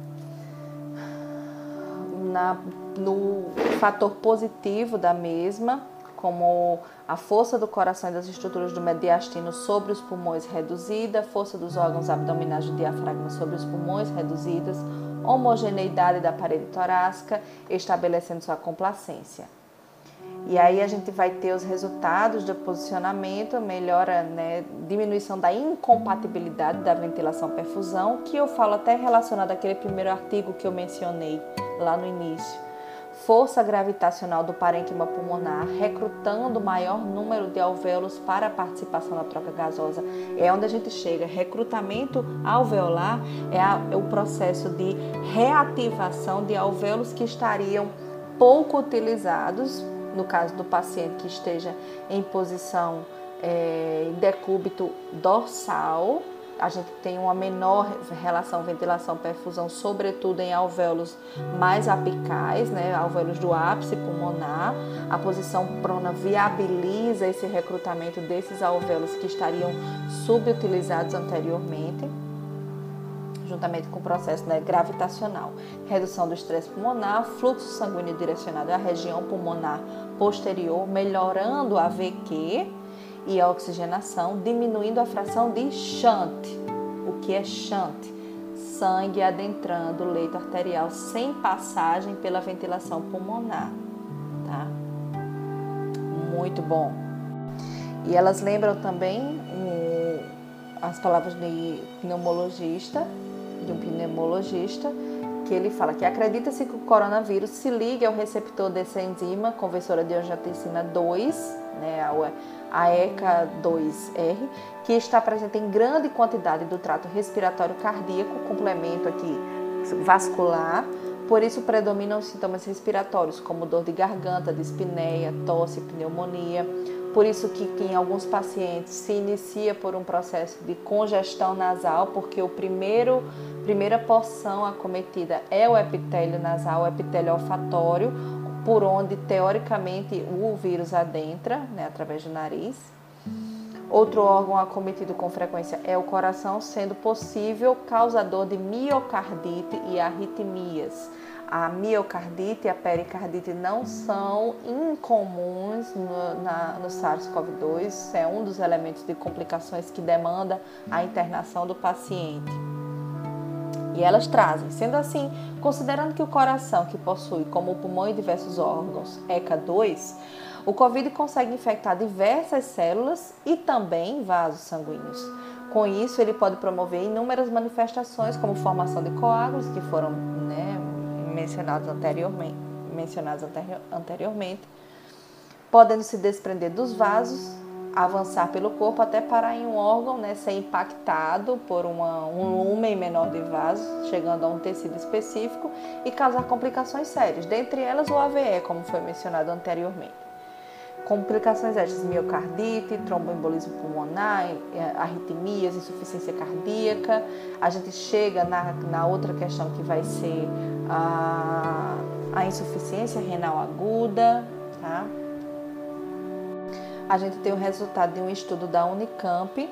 na, no fator positivo da mesma, como a força do coração e das estruturas do mediastino sobre os pulmões reduzida, força dos órgãos abdominais do diafragma sobre os pulmões reduzidas, homogeneidade da parede torácica, estabelecendo sua complacência. E aí a gente vai ter os resultados do posicionamento, melhora, né, diminuição da incompatibilidade da ventilação-perfusão, que eu falo até relacionado àquele primeiro artigo que eu mencionei lá no início. força gravitacional do parênquima pulmonar, recrutando maior número de alvéolos para a participação na troca gasosa. É onde a gente chega. Recrutamento alveolar é, a, é o processo de reativação de alvéolos que estariam pouco utilizados, no caso do paciente que esteja em posição é, decúbito dorsal. A gente tem uma menor relação ventilação-perfusão, sobretudo em alvéolos mais apicais, né, alvéolos do ápice pulmonar. A posição prona viabiliza esse recrutamento desses alvéolos que estariam subutilizados anteriormente, juntamente com o processo, né, gravitacional. Redução do estresse pulmonar, fluxo sanguíneo direcionado à região pulmonar posterior, melhorando a V Q e a oxigenação, diminuindo a fração de shunt. O que é shunt? Sangue adentrando o leito arterial sem passagem pela ventilação pulmonar, tá? Muito bom. E elas lembram também um, as palavras de pneumologista, de um pneumologista, que ele fala que acredita-se que o coronavírus se ligue ao receptor dessa enzima conversora de angiotensina dois, né, a E C A dois R, que está presente em grande quantidade do trato respiratório cardíaco, complemento aqui vascular. Por isso predominam os sintomas respiratórios, como dor de garganta, dispneia, tosse, pneumonia. Por isso que, que em alguns pacientes se inicia por um processo de congestão nasal, porque o primeiro primeira porção acometida é o epitélio nasal, o epitélio olfatório, por onde teoricamente o vírus adentra, né, através do nariz. Outro órgão acometido com frequência é o coração, sendo possível causador de miocardite e arritmias. A miocardite e a pericardite não são incomuns no, na, no SARS-CoV dois, é um dos elementos de complicações que demanda a internação do paciente. E elas trazem, sendo assim, considerando que o coração, que possui como pulmão e diversos órgãos E C A dois, o Covid consegue infectar diversas células e também vasos sanguíneos. Com isso, ele pode promover inúmeras manifestações, como formação de coágulos, que foram, né, mencionados anteriormente, mencionados anteriormente, podendo se desprender dos vasos, avançar pelo corpo até parar em um órgão, né, ser impactado por uma, um lumen menor de vasos, chegando a um tecido específico e causar complicações sérias, dentre elas o A V E, como foi mencionado anteriormente. Complicações estas: miocardite, tromboembolismo pulmonar, arritmias, insuficiência cardíaca. A gente chega na, na outra questão, que vai ser a, a insuficiência renal aguda, tá? A gente tem o resultado de um estudo da Unicamp,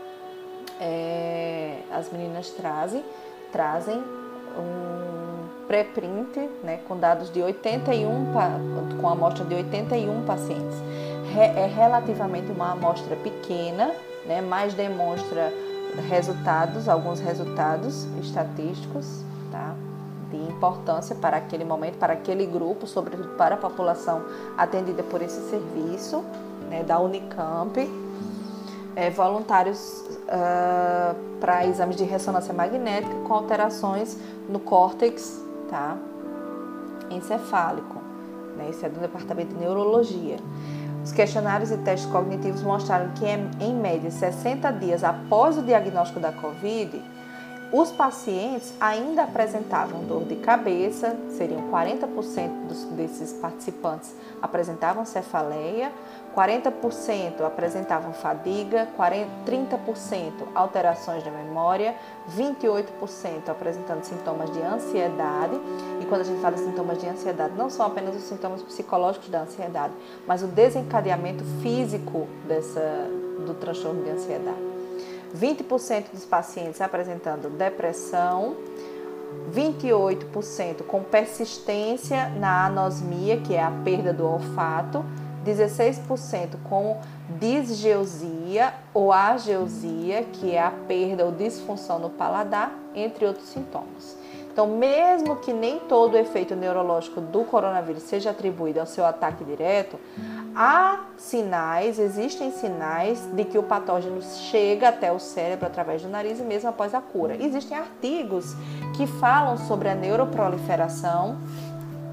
é, as meninas trazem, trazem um pré-print, né, com dados de oitenta e um, com amostra de oitenta e um pacientes. É relativamente uma amostra pequena, né, mas demonstra resultados, alguns resultados estatísticos, tá, de importância para aquele momento, para aquele grupo, sobretudo para a população atendida por esse serviço, né, da Unicamp. É, voluntários uh, para exames de ressonância magnética com alterações no córtex, tá, encefálico, né, isso é do departamento de neurologia. Os questionários e testes cognitivos mostraram que, em média, sessenta dias após o diagnóstico da Covid, os pacientes ainda apresentavam dor de cabeça, seriam quarenta por cento dos, desses participantes apresentavam cefaleia, quarenta por cento apresentavam fadiga, quarenta, trinta por cento alterações da memória, vinte e oito por cento apresentando sintomas de ansiedade. E quando a gente fala de sintomas de ansiedade, não são apenas os sintomas psicológicos da ansiedade, mas o desencadeamento físico dessa, do transtorno de ansiedade. vinte por cento dos pacientes apresentando depressão, vinte e oito por cento com persistência na anosmia, que é a perda do olfato, dezesseis por cento com disgeusia ou ageusia, que é a perda ou disfunção no paladar, entre outros sintomas. Então, mesmo que nem todo o efeito neurológico do coronavírus seja atribuído ao seu ataque direto, há sinais, existem sinais de que o patógeno chega até o cérebro através do nariz e mesmo após a cura. Existem artigos que falam sobre a neuroproliferação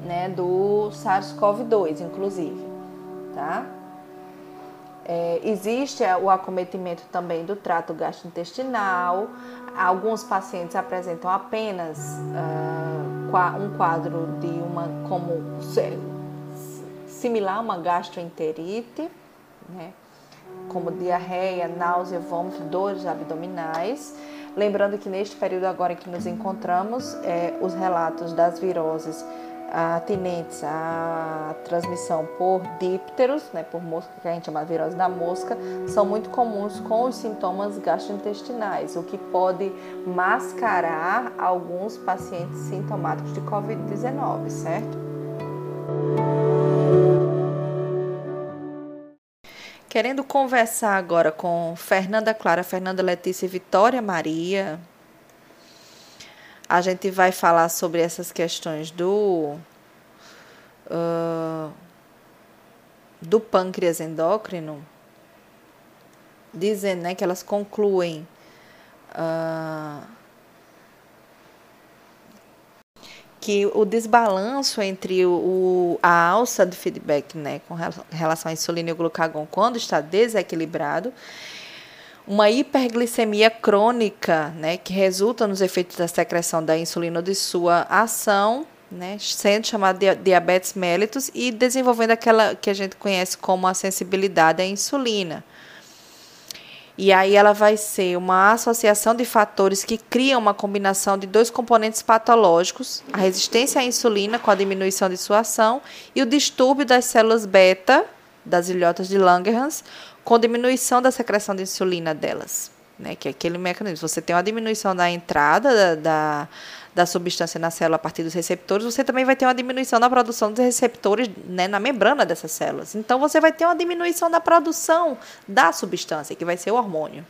né, do SARS-CoV dois, inclusive, tá? É, existe o acometimento também do trato gastrointestinal. Alguns pacientes apresentam apenas uh, um quadro de uma como similar a uma gastroenterite, né? Como diarreia, náusea, vômito, dores abdominais. Lembrando que neste período agora em que nos encontramos, é, os relatos das viroses atinentes à transmissão por dípteros, né, por mosca, que a gente chama de virose da mosca, são muito comuns com os sintomas gastrointestinais, o que pode mascarar alguns pacientes sintomáticos de covid dezenove, certo? Querendo conversar agora com Fernanda Clara, Fernanda Letícia e Vitória Maria, a gente vai falar sobre essas questões do, uh, do pâncreas endócrino, dizendo, né, que elas concluem uh, que o desbalanço entre o, a alça de feedback, né, com relação à insulina e o glucagon, quando está desequilibrado, uma hiperglicemia crônica, né, que resulta nos efeitos da secreção da insulina ou de sua ação, né, sendo chamada de diabetes mellitus e desenvolvendo aquela que a gente conhece como a sensibilidade à insulina. E aí ela vai ser uma associação de fatores que criam uma combinação de dois componentes patológicos, a resistência à insulina com a diminuição de sua ação e o distúrbio das células beta, das ilhotas de Langerhans, com diminuição da secreção de insulina delas, né, que é aquele mecanismo. Você tem uma diminuição da entrada da, da, da substância na célula a partir dos receptores, você também vai ter uma diminuição na produção dos receptores, né, na membrana dessas células. Então, você vai ter uma diminuição da produção da substância, que vai ser o hormônio.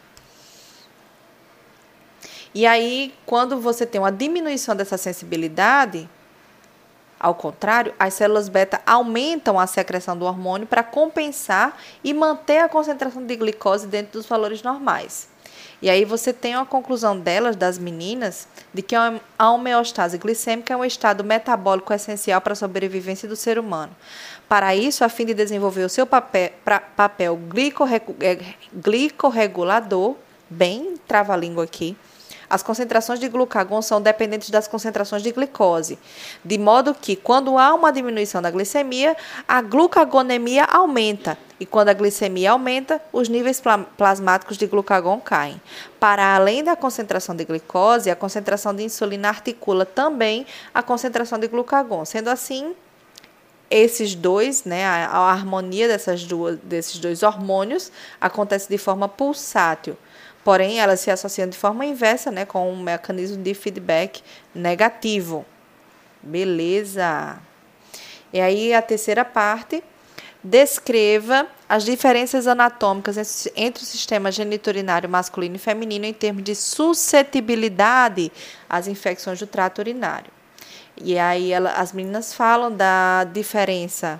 E aí, quando você tem uma diminuição dessa sensibilidade, ao contrário, as células beta aumentam a secreção do hormônio para compensar e manter a concentração de glicose dentro dos valores normais. E aí você tem uma conclusão delas, das meninas, de que a homeostase glicêmica é um estado metabólico essencial para a sobrevivência do ser humano. Para isso, a fim de desenvolver o seu papel, pra, papel glicorregulador, bem trava-língua aqui, as concentrações de glucagon são dependentes das concentrações de glicose, de modo que, quando há uma diminuição da glicemia, a glucagonemia aumenta, e quando a glicemia aumenta, os níveis plasmáticos de glucagon caem. Para além da concentração de glicose, a concentração de insulina articula também a concentração de glucagon. Sendo assim, esses dois, né, a, a harmonia dessas duas, desses dois hormônios acontece de forma pulsátil. Porém, elas se associam de forma inversa, né, com um mecanismo de feedback negativo. Beleza. E aí, a terceira parte, descreva as diferenças anatômicas entre o sistema geniturinário masculino e feminino em termos de suscetibilidade às infecções do trato urinário. E aí, ela, as meninas falam da diferença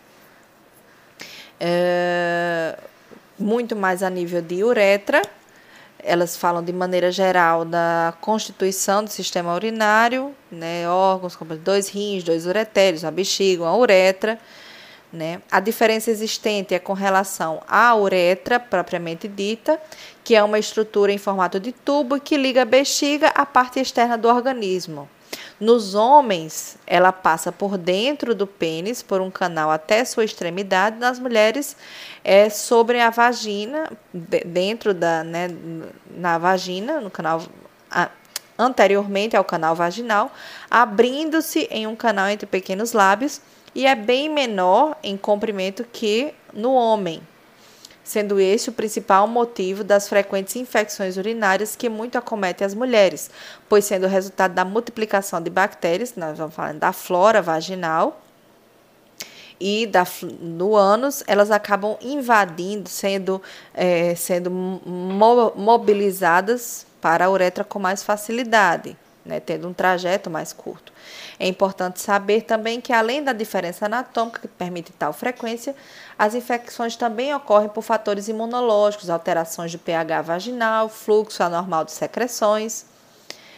é, muito mais a nível de uretra. Elas falam de maneira geral da constituição do sistema urinário, né, órgãos como dois rins, dois uretérios, uma bexiga, uma uretra, né. A diferença existente é com relação à uretra propriamente dita, que é uma estrutura em formato de tubo que liga a bexiga à parte externa do organismo. Nos homens, ela passa por dentro do pênis, por um canal até sua extremidade. Nas mulheres, é sobre a vagina, dentro da, né, na vagina, no canal, anteriormente ao canal vaginal, abrindo-se em um canal entre pequenos lábios e é bem menor em comprimento que no homem, sendo esse o principal motivo das frequentes infecções urinárias que muito acometem as mulheres, pois sendo o resultado da multiplicação de bactérias, nós vamos falar da flora vaginal e da, no ânus, elas acabam invadindo, sendo, é, sendo mo mobilizadas para a uretra com mais facilidade, né, tendo um trajeto mais curto. É importante saber também que, além da diferença anatômica que permite tal frequência, as infecções também ocorrem por fatores imunológicos, alterações de pH vaginal, fluxo anormal de secreções,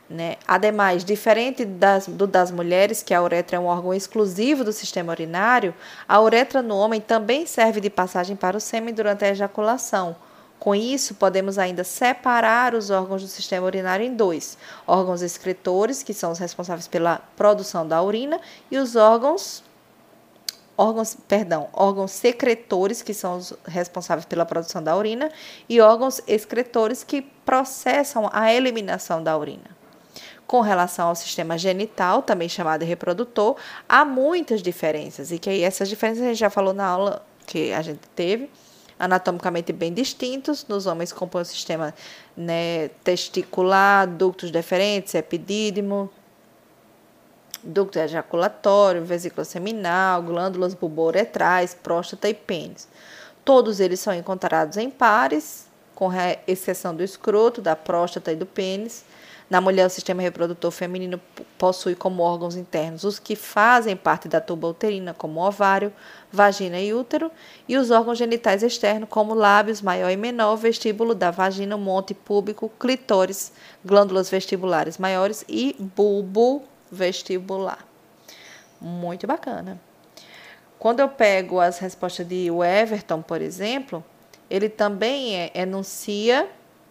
né? Ademais, diferente das, do das mulheres, que a uretra é um órgão exclusivo do sistema urinário, a uretra no homem também serve de passagem para o sêmen durante a ejaculação. Com isso, podemos ainda separar os órgãos do sistema urinário em dois: órgãos excretores, que são os responsáveis pela produção da urina, e os órgãos órgãos, perdão, órgãos secretores, que são os responsáveis pela produção da urina, e órgãos excretores, que processam a eliminação da urina. Com relação ao sistema genital, também chamado de reprodutor, há muitas diferenças, e que aí essas diferenças a gente já falou na aula que a gente teve, anatomicamente bem distintos. Nos homens compõem o sistema, né, testicular, ductos deferentes, epidídimo, ducto ejaculatório, vesícula seminal, glândulas bulbouretrais, próstata e pênis. Todos eles são encontrados em pares, com exceção do escroto, da próstata e do pênis. Na mulher, o sistema reprodutor feminino possui como órgãos internos os que fazem parte da tuba uterina, como ovário, vagina e útero, e os órgãos genitais externos, como lábios maior e menor, vestíbulo da vagina, monte púbico, clitóris, glândulas vestibulares maiores e bulbo vestibular. Muito bacana. Quando eu pego as respostas de Everton, por exemplo, ele também é, enuncia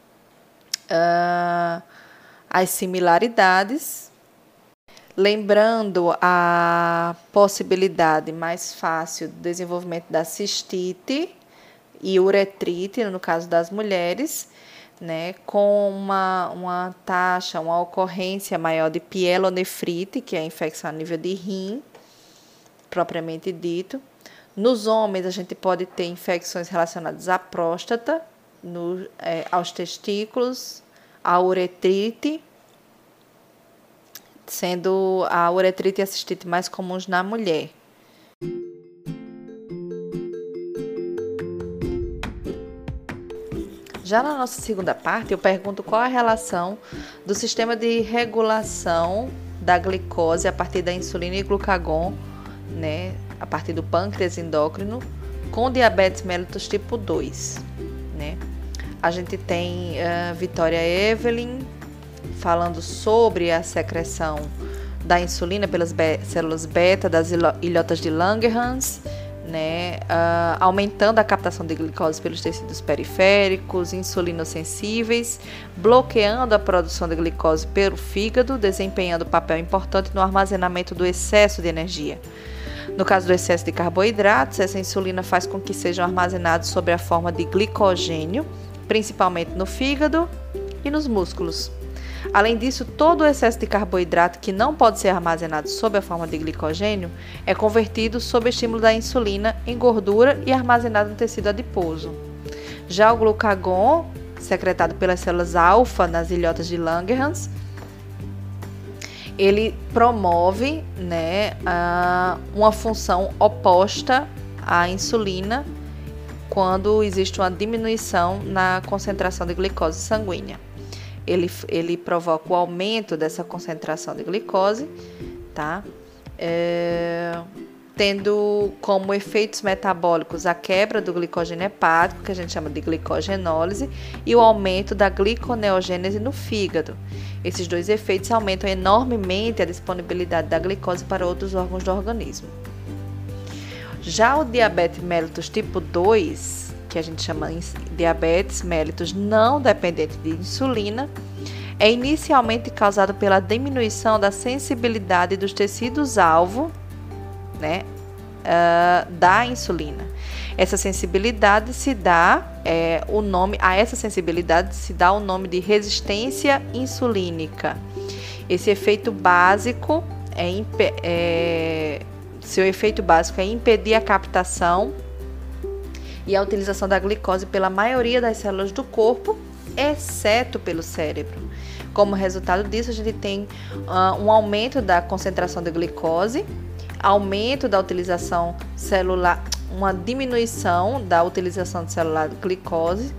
uh, as similaridades, lembrando a possibilidade mais fácil do desenvolvimento da cistite e uretrite, no caso das mulheres, né, com uma, uma taxa, uma ocorrência maior de pielonefrite, que é a infecção a nível de rim, propriamente dito. Nos homens, a gente pode ter infecções relacionadas à próstata, no, é, aos testículos, à uretrite, sendo a uretrite e a cistite mais comuns na mulher. Já na nossa segunda parte, eu pergunto qual a relação do sistema de regulação da glicose a partir da insulina e glucagon, né, a partir do pâncreas endócrino, com diabetes mellitus tipo dois. Né? A gente tem uh, Vitória Evelyn falando sobre a secreção da insulina pelas be- células beta das ilhotas de Langerhans, né, uh, aumentando a captação de glicose pelos tecidos periféricos, insulinosensíveis, bloqueando a produção de glicose pelo fígado, desempenhando papel importante no armazenamento do excesso de energia. No caso do excesso de carboidratos, essa insulina faz com que sejam armazenados sob a forma de glicogênio, principalmente no fígado e nos músculos. Além disso, todo o excesso de carboidrato que não pode ser armazenado sob a forma de glicogênio é convertido sob estímulo da insulina em gordura e armazenado no tecido adiposo. Já o glucagon, secretado pelas células alfa nas ilhotas de Langerhans, ele promove, né, uma função oposta à insulina quando existe uma diminuição na concentração de glicose sanguínea. Ele, ele provoca o aumento dessa concentração de glicose, tá? É, tendo como efeitos metabólicos a quebra do glicogênio hepático, que a gente chama de glicogenólise, e o aumento da gliconeogênese no fígado. Esses dois efeitos aumentam enormemente a disponibilidade da glicose para outros órgãos do organismo. Já o diabetes mellitus tipo dois, que a gente chama de diabetes mellitus não dependente de insulina, é inicialmente causado pela diminuição da sensibilidade dos tecidos-alvo, né, uh, da insulina. Essa sensibilidade se dá é, o nome a essa sensibilidade se dá o nome de resistência insulínica. Esse efeito básico é, é seu efeito básico é impedir a captação e a utilização da glicose pela maioria das células do corpo, exceto pelo cérebro. Como resultado disso, a gente tem uh, um aumento da concentração de glicose, aumento da utilização celular, uma diminuição da utilização de celular de glicose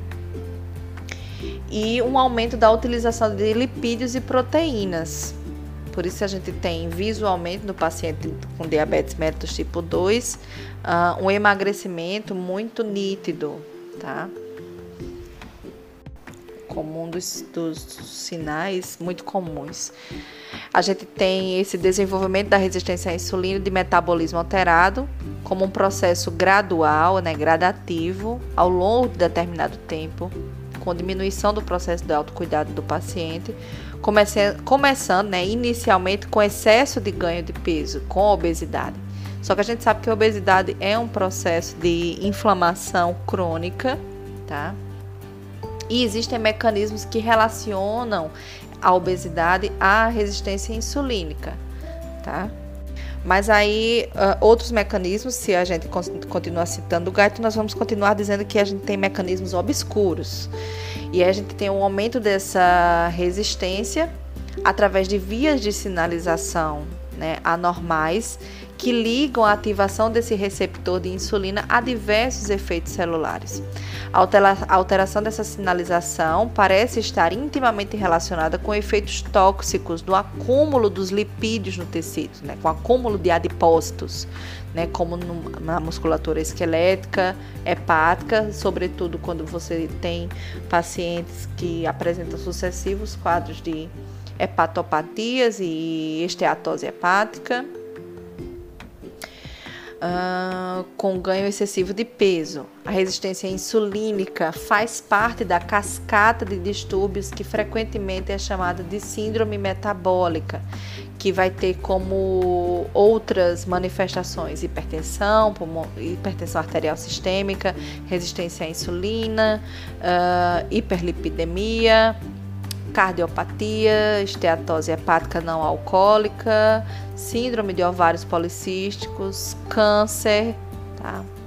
e um aumento da utilização de lipídios e proteínas. Por isso a gente tem visualmente no paciente com diabetes mellitus tipo dois uh, um emagrecimento muito nítido, tá? comum dos, dos sinais muito comuns. A gente tem esse desenvolvimento da resistência à insulina e de metabolismo alterado como um processo gradual, né, gradativo, ao longo de determinado tempo, com diminuição do processo de autocuidado do paciente, comece, começando né, inicialmente com excesso de ganho de peso, com obesidade. Só que a gente sabe que a obesidade é um processo de inflamação crônica, tá? E existem mecanismos que relacionam a obesidade à resistência insulínica, tá? Mas aí, uh, outros mecanismos, se a gente continuar citando o Guyton, nós vamos continuar dizendo que a gente tem mecanismos obscuros. E aí a gente tem um aumento dessa resistência através de vias de sinalização, né, anormais, que ligam a ativação desse receptor de insulina a diversos efeitos celulares. A alteração dessa sinalização parece estar intimamente relacionada com efeitos tóxicos do acúmulo dos lipídios no tecido, né, com o acúmulo de adipócitos, né, como no, na musculatura esquelética, hepática, sobretudo quando você tem pacientes que apresentam sucessivos quadros de hepatopatias e esteatose hepática. Uh, com ganho excessivo de peso. A resistência insulínica faz parte da cascata de distúrbios que frequentemente é chamada de síndrome metabólica, que vai ter como outras manifestações hipertensão, pulmão, hipertensão arterial sistêmica, resistência à insulina, uh, hiperlipidemia, cardiopatia, esteatose hepática não alcoólica, síndrome de ovários policísticos, câncer, tá?